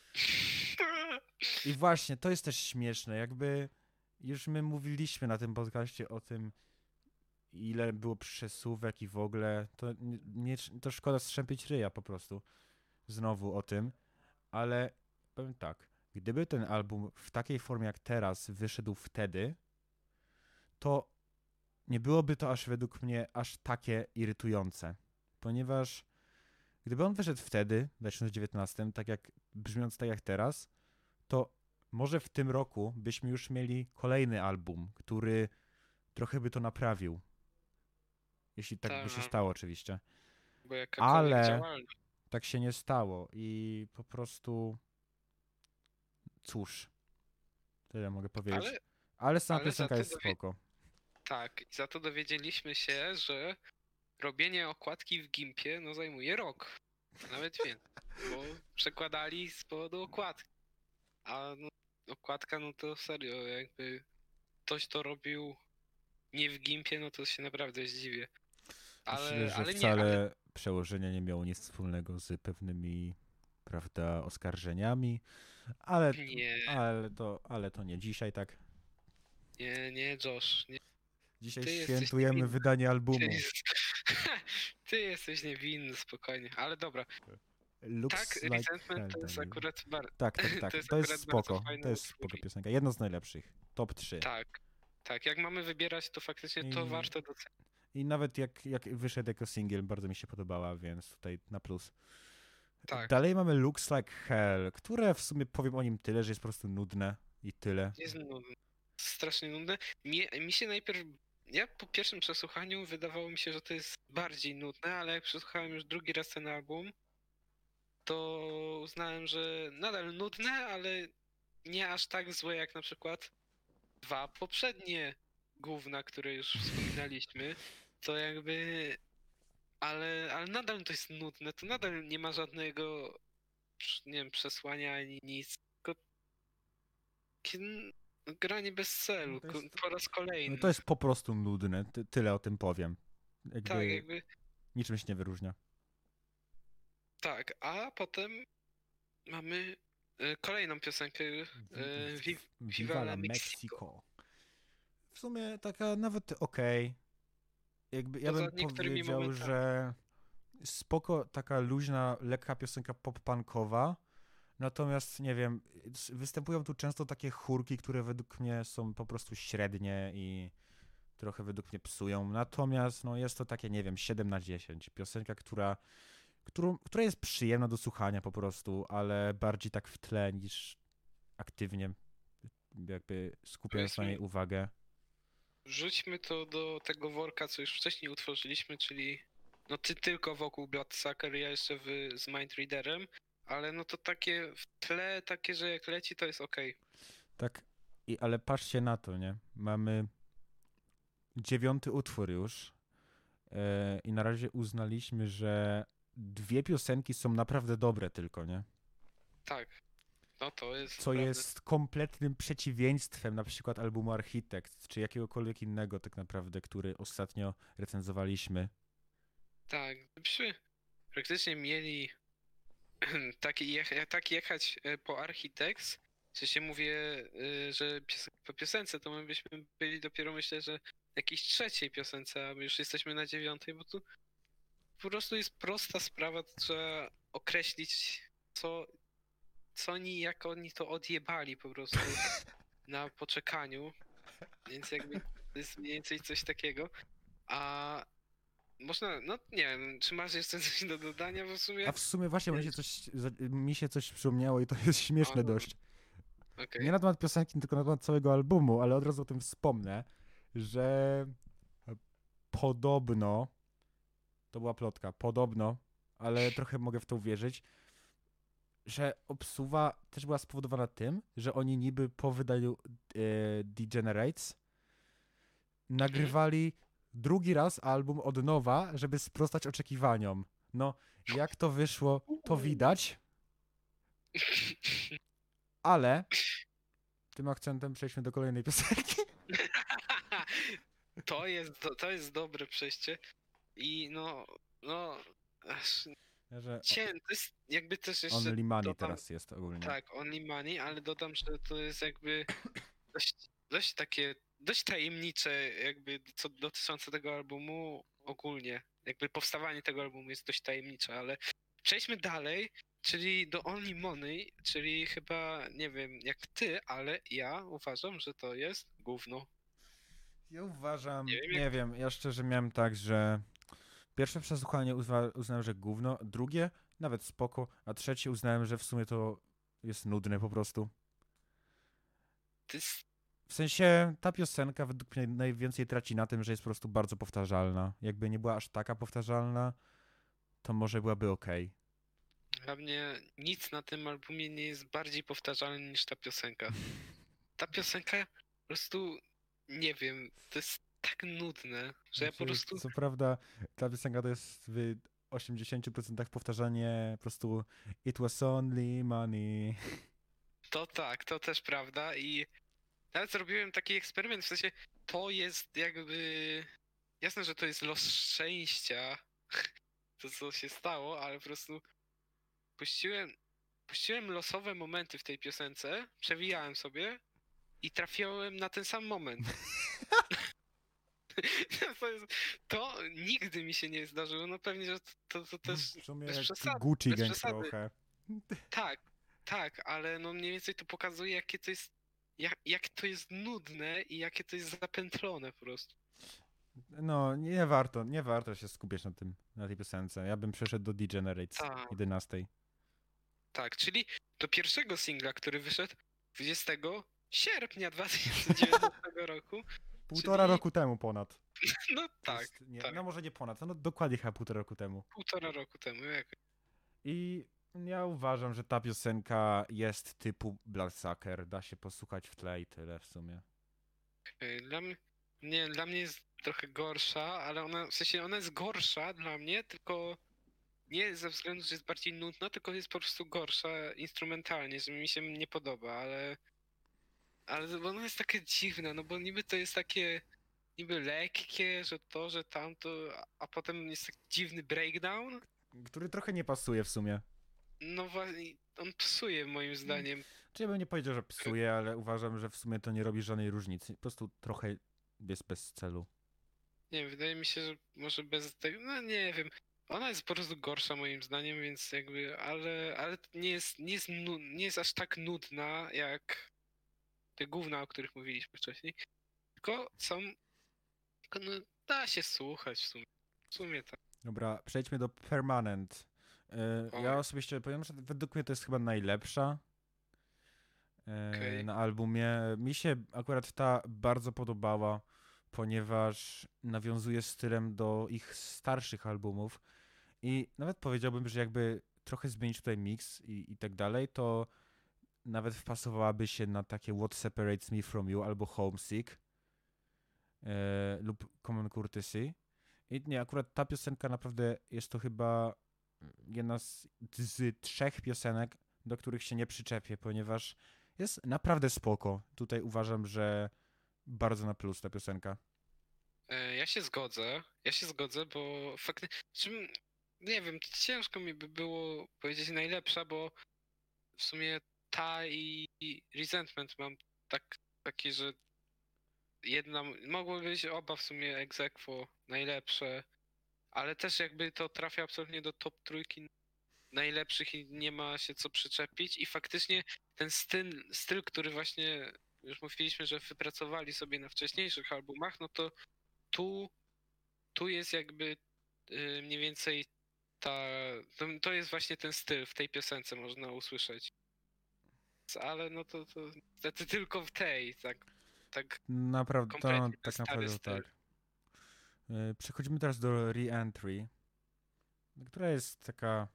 I właśnie, to jest też śmieszne, jakby już my mówiliśmy na tym podcaście o tym, ile było przesuwek i w ogóle, to, nie, nie, to szkoda strzępić ryja po prostu, znowu o tym, ale powiem tak, gdyby ten album w takiej formie jak teraz wyszedł wtedy, to nie byłoby to aż według mnie aż takie irytujące, ponieważ gdyby on wyszedł wtedy, w dwa tysiące dziewiętnastym, tak jak, brzmiąc tak jak teraz, to może w tym roku byśmy już mieli kolejny album, który trochę by to naprawił. Jeśli tak by się Tak. stało oczywiście. Bo jakakolwiek Ale- działalność. Tak się nie stało i po prostu cóż, tyle mogę powiedzieć. Ale Ale sama ale za piosenka to jest dowie- spoko. tak, i za to dowiedzieliśmy się, że robienie okładki w Gimpie no zajmuje rok. Nawet więcej, bo przekładali z powodu okładki. A no, okładka, no to serio, jakby ktoś to robił nie w Gimpie, no to się naprawdę zdziwię. Myślę, Ale, że ale nie, ale wcale przełożenie nie miało nic wspólnego z pewnymi, prawda, oskarżeniami, ale, nie, ale, to, ale to nie dzisiaj, tak? nie, nie, Josh, nie. Dzisiaj Ty jesteś świętujemy niewinny. wydanie Ty, albumu. jest... Ty jesteś niewinny, spokojnie. Ale dobra, Looks tak, like Resentment hell, to jest Daniel. akurat bar... Tak, tak, tak. to jest To jest akurat bardzo spoko. fajny To jest utwór. spoko piosenka. Jedna z najlepszych. Top trzy. Tak, tak, jak mamy wybierać, to faktycznie to I- warto docenić. I nawet jak, jak wyszedł jako singiel, bardzo mi się podobała, więc tutaj na plus. Tak. Dalej mamy Looks Like Hell, które w sumie powiem o nim tyle, że jest po prostu nudne i tyle. Jest nudne. Strasznie nudne. Mi, mi się najpierw. Ja po pierwszym przesłuchaniu wydawało mi się, że to jest bardziej nudne, ale jak przesłuchałem już drugi raz ten album, to uznałem, że nadal nudne, ale nie aż tak złe jak na przykład dwa poprzednie gówna, które już wspominaliśmy. To jakby. Ale, ale nadal to jest nudne, to nadal nie ma żadnego, nie wiem, przesłania ani nic. Tylko kin- granie bez celu, No to jest- ko- po raz kolejny. No to jest po prostu nudne, ty, tyle o tym powiem. Jakby Tak, jakby niczym się nie wyróżnia. tak, a potem mamy e, kolejną piosenkę e, Vi- Viva la Mexico. W sumie taka nawet okej. Jakby ja Poza bym niektórymi powiedział, momentami. że spoko, taka luźna, lekka piosenka pop-punkowa. Natomiast, nie wiem, s- występują tu często takie chórki, które według mnie są po prostu średnie i trochę według mnie psują. Natomiast, no jest to takie, nie wiem, siedem na dziesięć. Piosenka, która, którą, która jest przyjemna do słuchania po prostu, ale bardziej tak w tle niż aktywnie, jakby skupiając na niej Powiedzmy- uwagę. Wrzućmy to do tego worka, co już wcześniej utworzyliśmy, czyli no ty tylko wokół Bloodsucker, ja jeszcze w, z Mindreaderem, ale no to takie w tle, takie, że jak leci, to jest okej. Tak, i, ale patrzcie na to, nie? Mamy dziewiąty utwór już e, i na razie uznaliśmy, że dwie piosenki są naprawdę dobre tylko, nie? Tak. No to jest Co naprawdę- jest kompletnym przeciwieństwem na przykład albumu Architekt, czy jakiegokolwiek innego tak naprawdę, który ostatnio recenzowaliśmy. Tak, gdybyśmy praktycznie mieli tak, jecha, tak jechać e, po Architects, że się mówię, e, że pios po piosence, to my byśmy byli dopiero, myślę, że jakiejś trzeciej piosence, a my już jesteśmy na dziewiątej, bo tu po prostu jest prosta sprawa, to trzeba określić, co, co oni, jak oni to odjebali po prostu na poczekaniu, więc jakby to jest mniej więcej coś takiego, a można, no nie wiem, czy masz jeszcze coś do dodania, bo w sumie... A w sumie właśnie mi się coś, za- mi się coś przypomniało i to jest śmieszne A, no. dość. Okej. Nie na temat piosenki, tylko na temat całego albumu, ale od razu o tym wspomnę, że podobno, to była plotka, podobno, ale trochę mogę w to uwierzyć, że obsuwa też była spowodowana tym, że oni niby po wydaniu e, Degenerates nagrywali drugi raz album od nowa, żeby sprostać oczekiwaniom. No, jak to wyszło, to widać, ale tym akcentem przejdźmy do kolejnej piosenki. To jest, do, to jest dobre przejście i no, no, aż Że cię, to jest jakby też jeszcze Only Money dodam, teraz jest ogólnie. tak, Only Money, ale dodam, że to jest jakby dość, dość takie, dość tajemnicze jakby co dotyczące tego albumu ogólnie, jakby powstawanie tego albumu jest dość tajemnicze, ale przejdźmy dalej, czyli do Only Money, czyli chyba, nie wiem jak ty, ale ja uważam, że to jest gówno. Ja uważam, Nie nie wiem, wiem, ja szczerze miałem tak, że pierwsze przesłuchanie uzwa, uznałem, że gówno, drugie nawet spoko, a trzecie uznałem, że w sumie to jest nudne po prostu. To jest W sensie ta piosenka według mnie najwięcej traci na tym, że jest po prostu bardzo powtarzalna. Jakby nie była aż taka powtarzalna, to może byłaby okej. Dla mnie nic na tym albumie nie jest bardziej powtarzalne niż ta piosenka. Ta piosenka po prostu, nie wiem, to jest tak nudne, że ja po Znaczy, prostu... Co prawda ta piosenka to jest w osiemdziesiąt procent powtarzanie po prostu it was only money. To tak, to też prawda i nawet zrobiłem taki eksperyment, w sensie to jest jakby... Jasne, że to jest los szczęścia, to co się stało, ale po prostu puściłem, puściłem losowe momenty w tej piosence, przewijałem sobie i trafiłem na ten sam moment. To, jest, to nigdy mi się nie zdarzyło, no pewnie, że to, to, to też W sumie bez jak przesady. Gucci bez Gang przesady. trochę. Tak, tak, ale no mniej więcej to pokazuje, jakie to jest, jak, jak to jest nudne i jakie to jest zapętlone po prostu. No, nie warto, nie warto się skupiać na tym, na tej piosence. Ja bym przeszedł do Degenerates Tak. jedenastej. Tak, czyli do pierwszego singla, który wyszedł dwudziestego sierpnia dwa tysiące dziewiętnastego roku. Półtora Czyli- roku temu ponad. No To tak, jest, nie, tak. No może nie ponad, no dokładnie chyba półtora roku temu. półtora roku temu. Jak... I ja uważam, że ta piosenka jest typu Bloodsucker. Da się posłuchać w tle i tyle w sumie. Okej, Dla mnie, nie, dla mnie jest trochę gorsza, ale ona, w sensie ona jest gorsza dla mnie, tylko nie ze względu, że jest bardziej nudna, tylko jest po prostu gorsza instrumentalnie, że mi się nie podoba, ale ale bo ona jest takie dziwne, no bo niby to jest takie niby lekkie, że to, że tamto, a, a potem jest taki dziwny breakdown. Który trochę nie pasuje w sumie. No właśnie, on psuje moim zdaniem. Czy ja bym nie powiedział, że psuje, ale uważam, że w sumie to nie robi żadnej różnicy. Po prostu trochę jest bez celu. Nie wiem, wydaje mi się, że może bez tego, no nie wiem. Ona jest po prostu gorsza moim zdaniem, więc jakby, ale, ale nie jest, nie jest, nu, nie jest aż tak nudna jak te gówna, o których mówiliśmy wcześniej. Tylko są, tylko no, da się słuchać w sumie. W sumie tak. Dobra, przejdźmy do Permanent. E, Oj. Ja osobiście powiem, że według mnie to jest chyba najlepsza e, Okej. na albumie. Mi się akurat ta bardzo podobała, ponieważ nawiązuje stylem do ich starszych albumów i nawet powiedziałbym, że jakby trochę zmienić tutaj mix i, i tak dalej, to nawet wpasowałaby się na takie What Separates Me From You albo Homesick e, lub Common Courtesy. I nie, akurat ta piosenka naprawdę jest to chyba jedna z, z trzech piosenek, do których się nie przyczepię, ponieważ jest naprawdę spoko. Tutaj uważam, że bardzo na plus ta piosenka. E, Ja się zgodzę, ja się zgodzę, bo faktycznie, czym, nie wiem, ciężko mi by było powiedzieć najlepsza, bo w sumie ta i i Resentment mam tak, taki, że jedna, mogły być oba w sumie ex aequo najlepsze, ale też jakby to trafia absolutnie do top trójki najlepszych i nie ma się co przyczepić i faktycznie ten styl, styl, który właśnie już mówiliśmy, że wypracowali sobie na wcześniejszych albumach, no to tu, tu jest jakby y, mniej więcej ta, to, to jest właśnie ten styl w tej piosence można usłyszeć. Ale no to, to niestety tylko w tej, tak, tak Naprawdę, to, kompletnie ten tak stary naprawdę to styl. tak. E, Przechodzimy teraz do Re-Entry, która jest taka,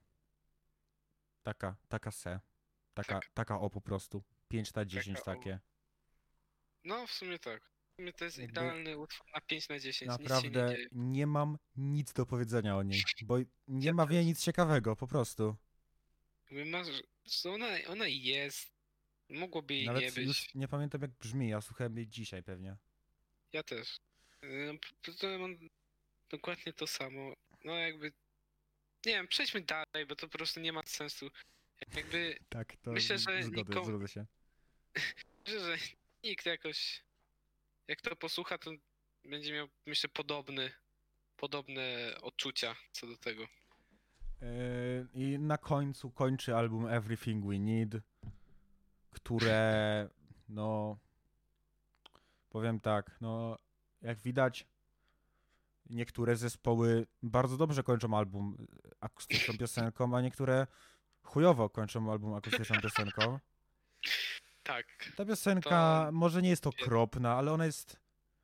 taka, taka se. Taka, Tak. taka o po prostu. pięć na dziesięć Taka o. takie. No w sumie tak. W sumie to jest Jakby idealny utwór na pięć na dziesięć, nic się nie Naprawdę dzieje. nie mam nic do powiedzenia o niej, bo nie Ja ma w niej też. nic ciekawego, po prostu. Jakby Masz, że ona, ona jest, mogłoby jej nie Nawet być. już nie pamiętam jak brzmi, ja słuchałem jej dzisiaj pewnie. Ja też. Y, p- To mam dokładnie to samo. No jakby, nie wiem, przejdźmy dalej, bo to po prostu nie ma sensu. Jakby, Tak, to Myślę, że zgodzę, nikomu- zgodzę się. myślę, że nikt jakoś, jak to posłucha, to będzie miał, myślę, podobny, podobne odczucia co do tego. Yy, I na końcu kończy album Everything We Need, które, no, powiem tak, no, jak widać, niektóre zespoły bardzo dobrze kończą album akustyczną piosenką, a niektóre chujowo kończą album akustyczną piosenką. Tak, Ta piosenka może nie jest okropna, ale ona jest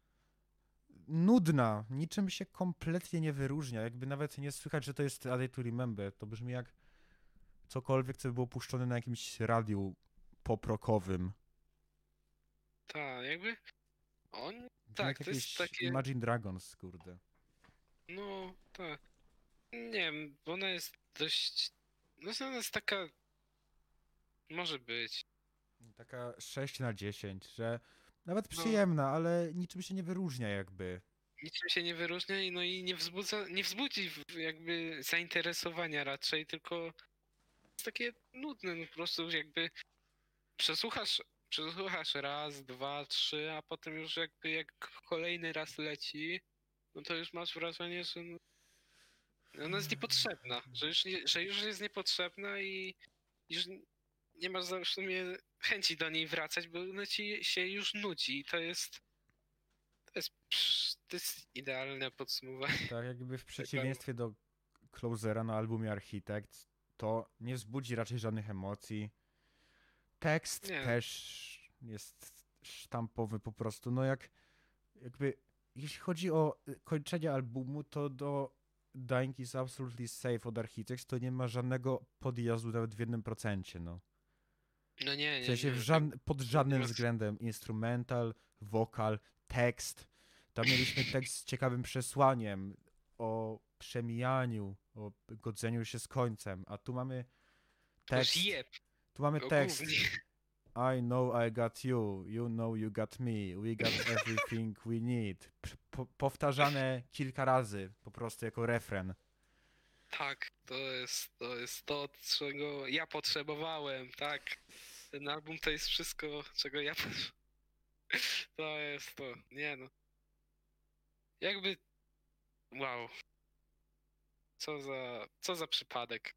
nudna, niczym się kompletnie nie wyróżnia, jakby nawet nie słychać, że to jest A Day to Remember, to brzmi jak cokolwiek, co by było puszczone na jakimś radiu pop-rockowym. tak, jakby on, Brzmi Tak, jak to jest jakieś takie- Imagine Dragons, kurde. no tak. Nie wiem, bo ona jest dość... No ona jest taka... Może być. Taka sześć na dziesięć, że nawet No, przyjemna, ale niczym się nie wyróżnia jakby. niczym się nie wyróżnia i no i nie wzbudza, nie wzbudzi w- jakby zainteresowania raczej, tylko jest takie nudne, no po prostu jakby przesłuchasz, przesłuchasz raz, dwa, trzy, a potem już jakby jak kolejny raz leci, no to już masz wrażenie, że no, ona jest niepotrzebna, że już, nie, że już jest niepotrzebna i już nie masz za- w sumie chęci do niej wracać, bo ona ci się już nudzi i to jest, to jest, psz- to jest idealne podsumowanie. Tak jakby w przeciwieństwie do Closera na albumie Architect, to nie wzbudzi raczej żadnych emocji. Tekst Nie, też jest sztampowy po prostu. No jak jakby jeśli chodzi o y, kończenie albumu, to do Dying is Absolutely Safe od Architects to nie ma żadnego podjazdu nawet w jednym procencie, no. no nie, W nie, sensie w nie. żadn- pod żadnym ma- względem. Instrumental, wokal, tekst. Tam mieliśmy tekst z ciekawym przesłaniem o przemijaniu, o godzeniu się z końcem, a tu mamy To jest tekst. jeb, Tu mamy o tekst. gównie. I know I got you, you know you got me, we got everything we need. P- po- powtarzane kilka razy, po prostu jako refren. Tak, to jest, to jest to, czego ja potrzebowałem, tak. Ten album to jest wszystko, czego ja potrzebowałem. To jest to, nie no. Jakby, wow. Co za, co za przypadek.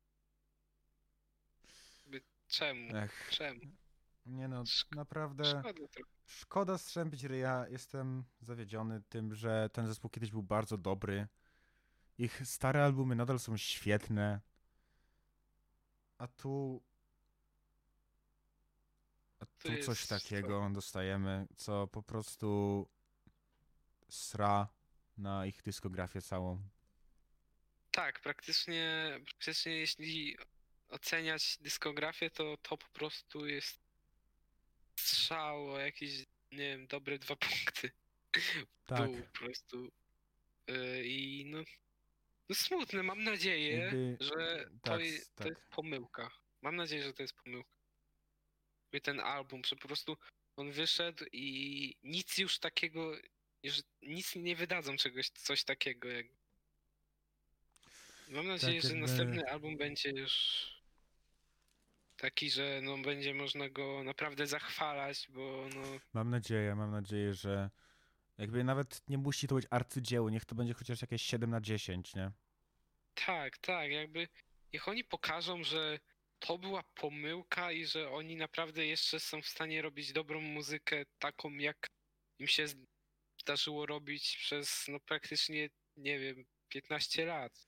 Jakby, czemu, Ech, czemu? nie no, Szk- naprawdę Szkoda trochę. szkoda strzępić ryja. Jestem zawiedziony tym, że ten zespół kiedyś był bardzo dobry. Ich stare albumy nadal są świetne. A tu... A To tu coś jest takiego dostajemy, co po prostu sra na ich dyskografię całą. Tak, praktycznie, praktycznie jeśli oceniać dyskografię, to to po prostu jest strzał o jakieś, nie wiem, dobre dwa punkty. Tak, Dół po prostu. Yy, I no, no smutne, mam nadzieję, jakby... że to, Tak, je, s- to tak. jest pomyłka. Mam nadzieję, że to jest pomyłka. I ten album, że po prostu on wyszedł i nic już takiego, że nic nie wydadzą czegoś, coś takiego. Jak... Mam nadzieję, że jakby- następny album będzie już taki, że no, będzie można go naprawdę zachwalać, bo no Mam nadzieję, mam nadzieję, że jakby nawet nie musi to być arcydzieło, niech to będzie chociaż jakieś siedem na dziesięć, nie? tak, tak, jakby niech oni pokażą, że to była pomyłka i że oni naprawdę jeszcze są w stanie robić dobrą muzykę, taką jak im się zdarzyło robić przez no praktycznie, nie wiem, piętnaście lat.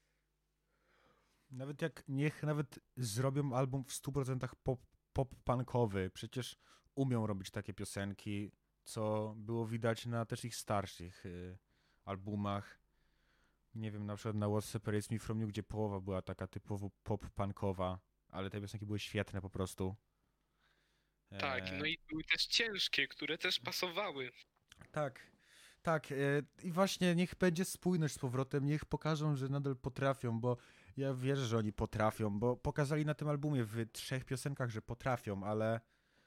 Nawet jak, niech nawet zrobią album w stu procentach pop, pop-punkowy, przecież umią robić takie piosenki, co było widać na też ich starszych y, albumach. Nie wiem, na przykład na What Separates Me From You, gdzie połowa była taka typowo pop-punkowa, ale te piosenki były świetne po prostu. Tak, E, no i były też ciężkie, które też pasowały. Tak, tak. e, I właśnie niech będzie spójność z powrotem, niech pokażą, że nadal potrafią, bo ja wierzę, że oni potrafią, bo pokazali na tym albumie w trzech piosenkach, że potrafią, ale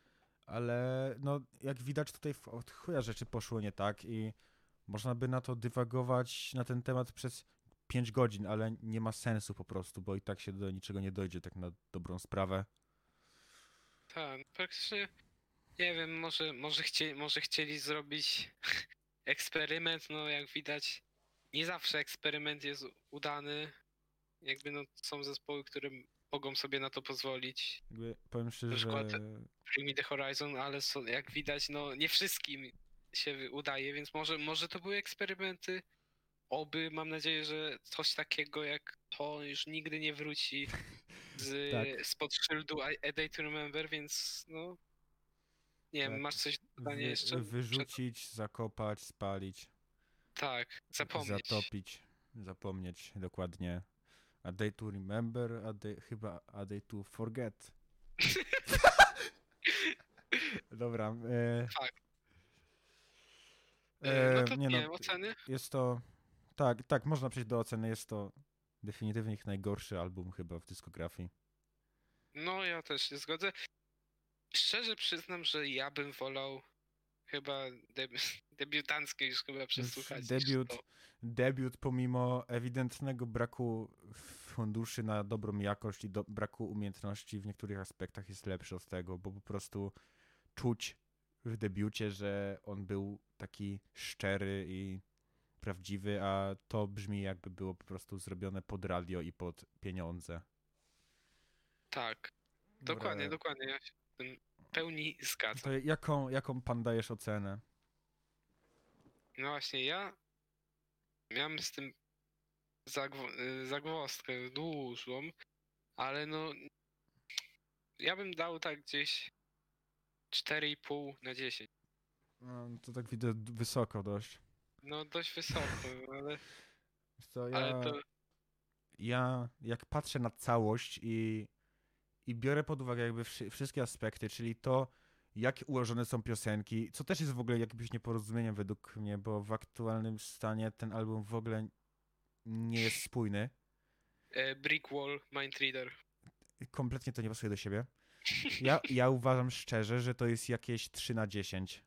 ale no jak widać tutaj w- od chuja rzeczy poszło nie tak i można by na to dywagować na ten temat przez pięć godzin, ale nie ma sensu po prostu, bo i tak się do niczego nie dojdzie tak na dobrą sprawę. Tak, praktycznie, nie wiem, może, może, chcie, może chcieli zrobić eksperyment, no jak widać, nie zawsze eksperyment jest udany. Jakby no są zespoły, które mogą sobie na to pozwolić. Jakby powiem szczerze, Na przykład że Bring Me The Horizon, ale są, jak widać, no nie wszystkim się udaje, więc może, może to były eksperymenty. Oby, mam nadzieję, że coś takiego jak to już nigdy nie wróci z, Tak. spod szyldu A A Day to Remember, więc no nie wiem, Tak. masz coś do dodania wy, jeszcze? Przed... wyrzucić, zakopać, spalić, Tak, zapomnieć. zatopić, zapomnieć dokładnie. A day to remember, a day, chyba a day to forget. Dobra. E, Tak. e, no to nie, nie wiem, no, oceny? jest to... Tak, tak, można przejść do oceny. Jest to definitywnie ich najgorszy album chyba w dyskografii. No, ja też się zgodzę. Szczerze przyznam, że ja bym wolał chyba debi- debiutanckie już chyba przesłuchać niż Debiut, to. debiut pomimo ewidentnego braku funduszy na dobrą jakość i do, braku umiejętności w niektórych aspektach jest lepszy od tego, bo po prostu czuć w debiucie, że on był taki szczery i prawdziwy, a to brzmi jakby było po prostu zrobione pod radio i pod pieniądze. Tak, dokładnie, dokładnie. Ja się w tym w pełni To zgadzam. jaką, jaką pan dajesz ocenę? No właśnie, ja miałem z tym zagwo- y, zagwozdkę dużą, ale no ja bym dał tak gdzieś cztery i pół na dziesięć. No, to tak widzę d- wysoko dość. No dość wysoko, ale, Wiesz co, ale ja, to ja jak patrzę na całość i, i biorę pod uwagę jakby wszy, wszystkie aspekty, czyli to, jak ułożone są piosenki, co też jest w ogóle jakimś nieporozumieniem według mnie, bo w aktualnym stanie ten album w ogóle nie jest spójny. e, Brick Wall, Mind Reader. Kompletnie to nie pasuje do siebie. Ja, ja uważam szczerze, że to jest jakieś trzy na dziesięć.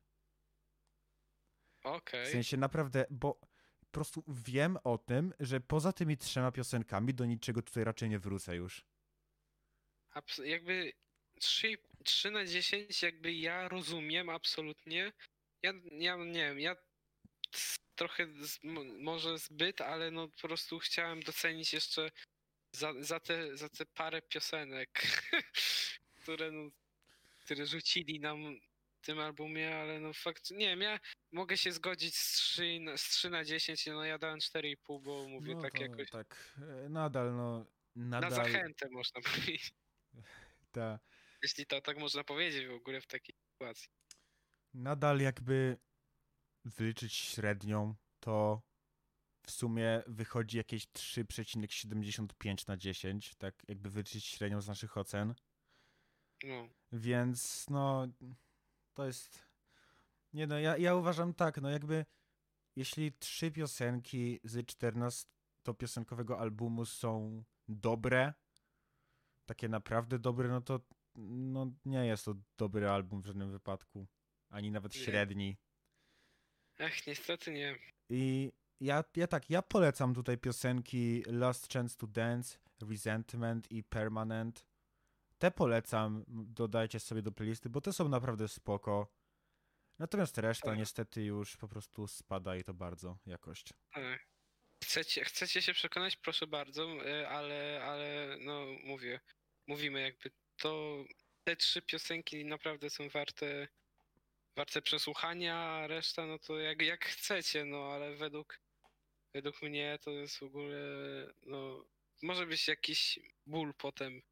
W Okej. sensie naprawdę, bo po prostu wiem o tym, że poza tymi trzema piosenkami do niczego tutaj raczej nie wrócę już. Abs- jakby trzy, trzy na dziesięć jakby ja rozumiem absolutnie. Ja, ja nie wiem, ja c- trochę z, m- może zbyt, ale no po prostu chciałem docenić jeszcze za, za, te, za te parę piosenek, które no, które rzucili nam w tym albumie, ale no fakt, nie wiem, ja mogę się zgodzić z trzy, na- z trzy na dziesięć, no ja dałem cztery i pół, bo mówię No tak to jakoś tak, e, nadal, no, na nadal zachętę można powiedzieć, ta, jeśli to tak można powiedzieć w ogóle w takiej sytuacji. nadal jakby wyliczyć średnią, to w sumie wychodzi jakieś trzy przecinek siedemdziesiąt pięć na dziesięć, tak jakby wyliczyć średnią z naszych ocen, No. więc no, to jest, nie no, ja, ja uważam tak, no jakby jeśli trzy piosenki z czternastopiosenkowego albumu są dobre, takie naprawdę dobre, no to no, nie jest to dobry album w żadnym wypadku. Ani nawet Nie. średni. Ach, niestety nie. I ja, ja tak, ja polecam tutaj piosenki Last Chance to Dance, Resentment i Permanent. Te polecam, dodajcie sobie do playlisty, bo te są naprawdę spoko. Natomiast reszta Tak. niestety już po prostu spada i to bardzo jakość. Tak. Chcecie, chcecie się przekonać? Proszę bardzo, y, ale, ale no mówię, mówimy jakby to, te trzy piosenki naprawdę są warte, warte przesłuchania, a reszta no to jak, jak chcecie, no ale według, według mnie to jest w ogóle, no może być jakiś ból potem,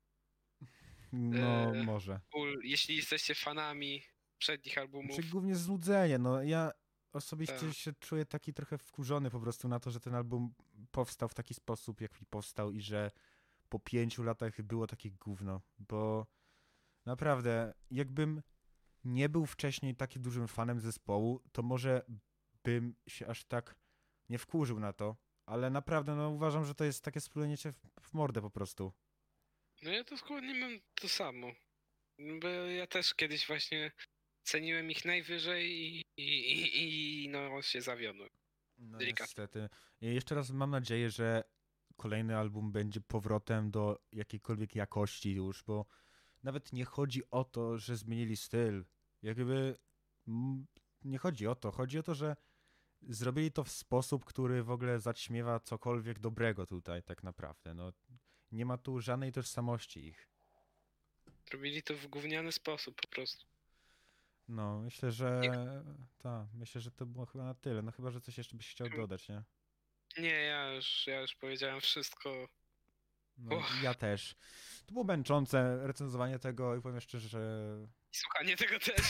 No, E, może. ból, jeśli jesteście fanami przednich albumów. Znaczy głównie znudzenie, no ja osobiście Tak. się czuję taki trochę wkurzony po prostu na to, że ten album powstał w taki sposób, jaki powstał i że po pięciu latach było takie gówno, bo naprawdę, jakbym nie był wcześniej takim dużym fanem zespołu, to może bym się aż tak nie wkurzył na to, ale naprawdę, no uważam, że to jest takie splunięcie w, w mordę po prostu. No ja to dokładnie mam to samo. Bo ja też kiedyś właśnie ceniłem ich najwyżej i, i, i, i no się zawiodłem. No Delikatnie. niestety. I jeszcze raz mam nadzieję, że kolejny album będzie powrotem do jakiejkolwiek jakości już, bo nawet nie chodzi o to, że zmienili styl. Jakby mm, nie chodzi o to. Chodzi o to, że zrobili to w sposób, który w ogóle zaćmiewa cokolwiek dobrego tutaj tak naprawdę. No, nie ma tu żadnej tożsamości ich. Robili to w gówniany sposób po prostu. No, myślę, że tak, myślę, że to było chyba na tyle. No chyba, że coś jeszcze byś chciał dodać, nie? Nie, ja już, ja już powiedziałem wszystko. No, Uff. ja też. To było męczące recenzowanie tego i powiem szczerze, że I słuchanie tego też.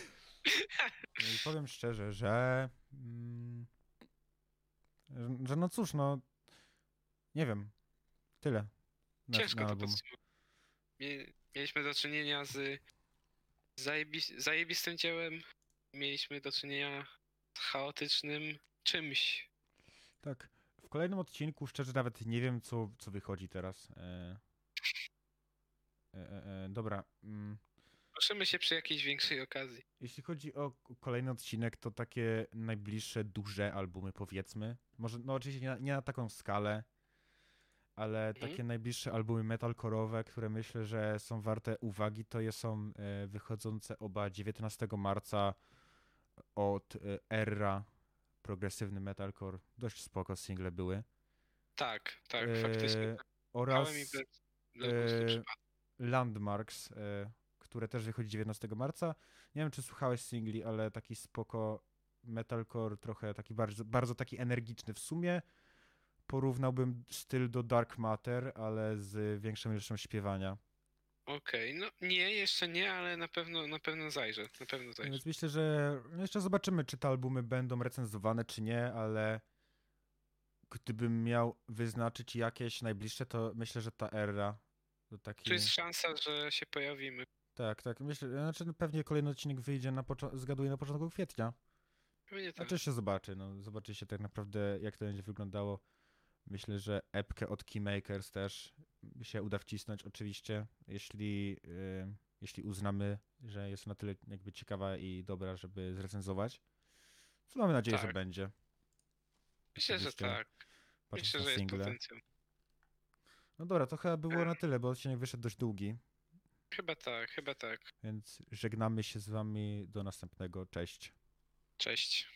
i powiem szczerze, że, mm, że że no cóż, no nie wiem. Tyle. Na, Ciężko na to album. podsumować. Mie- Mieliśmy do czynienia z zajebis- zajebistym dziełem. Mieliśmy do czynienia z chaotycznym czymś. Tak. w kolejnym odcinku szczerze nawet nie wiem, co, co wychodzi teraz. E, e, e, e, dobra. Mm. Słyszymy się przy jakiejś większej okazji. Jeśli chodzi o k- kolejny odcinek, to takie najbliższe duże albumy, powiedzmy. Może, no oczywiście nie na, nie na taką skalę, ale Mhm. takie najbliższe albumy metalcore'owe, które myślę, że są warte uwagi, to je są e, wychodzące oba dziewiętnastego marca od e, Erra, progresywny metalcore. Dość spoko single były. Tak, tak, E, faktycznie. oraz Słuchałem i bez, bez gustu e, przypadku. Landmarks, e, które też wychodzi dziewiętnastego marca. Nie wiem, czy słuchałeś singli, ale taki spoko metalcore, trochę taki bardzo, bardzo taki energiczny. W sumie porównałbym styl do Dark Matter, ale z większą ilością śpiewania. Okej, no nie, jeszcze nie, ale na pewno, na pewno zajrzę, na pewno zajrzę. Więc myślę, że no jeszcze zobaczymy, czy te albumy będą recenzowane, czy nie, ale gdybym miał wyznaczyć jakieś najbliższe, to myślę, że ta era to taki... Tu jest szansa, że się pojawimy. Tak, tak, myślę, znaczy no pewnie kolejny odcinek wyjdzie na początku, zgaduję, na początku kwietnia. Pewnie tak. Znaczy się zobaczy, no zobaczy się tak naprawdę, jak to będzie wyglądało. Myślę, że epkę od Keymakers też się uda wcisnąć oczywiście, jeśli, yy, jeśli uznamy, że jest na tyle jakby ciekawa i dobra, żeby zrecenzować. Co mamy nadzieję, że Tak. będzie. Myślę, że Oczywiście, tak. patrząc Myślę, na że jest single. potencjał. No dobra, to chyba było na tyle, bo odcinek wyszedł dość długi, Chyba tak, chyba tak. więc żegnamy się z wami do następnego. Cześć. Cześć.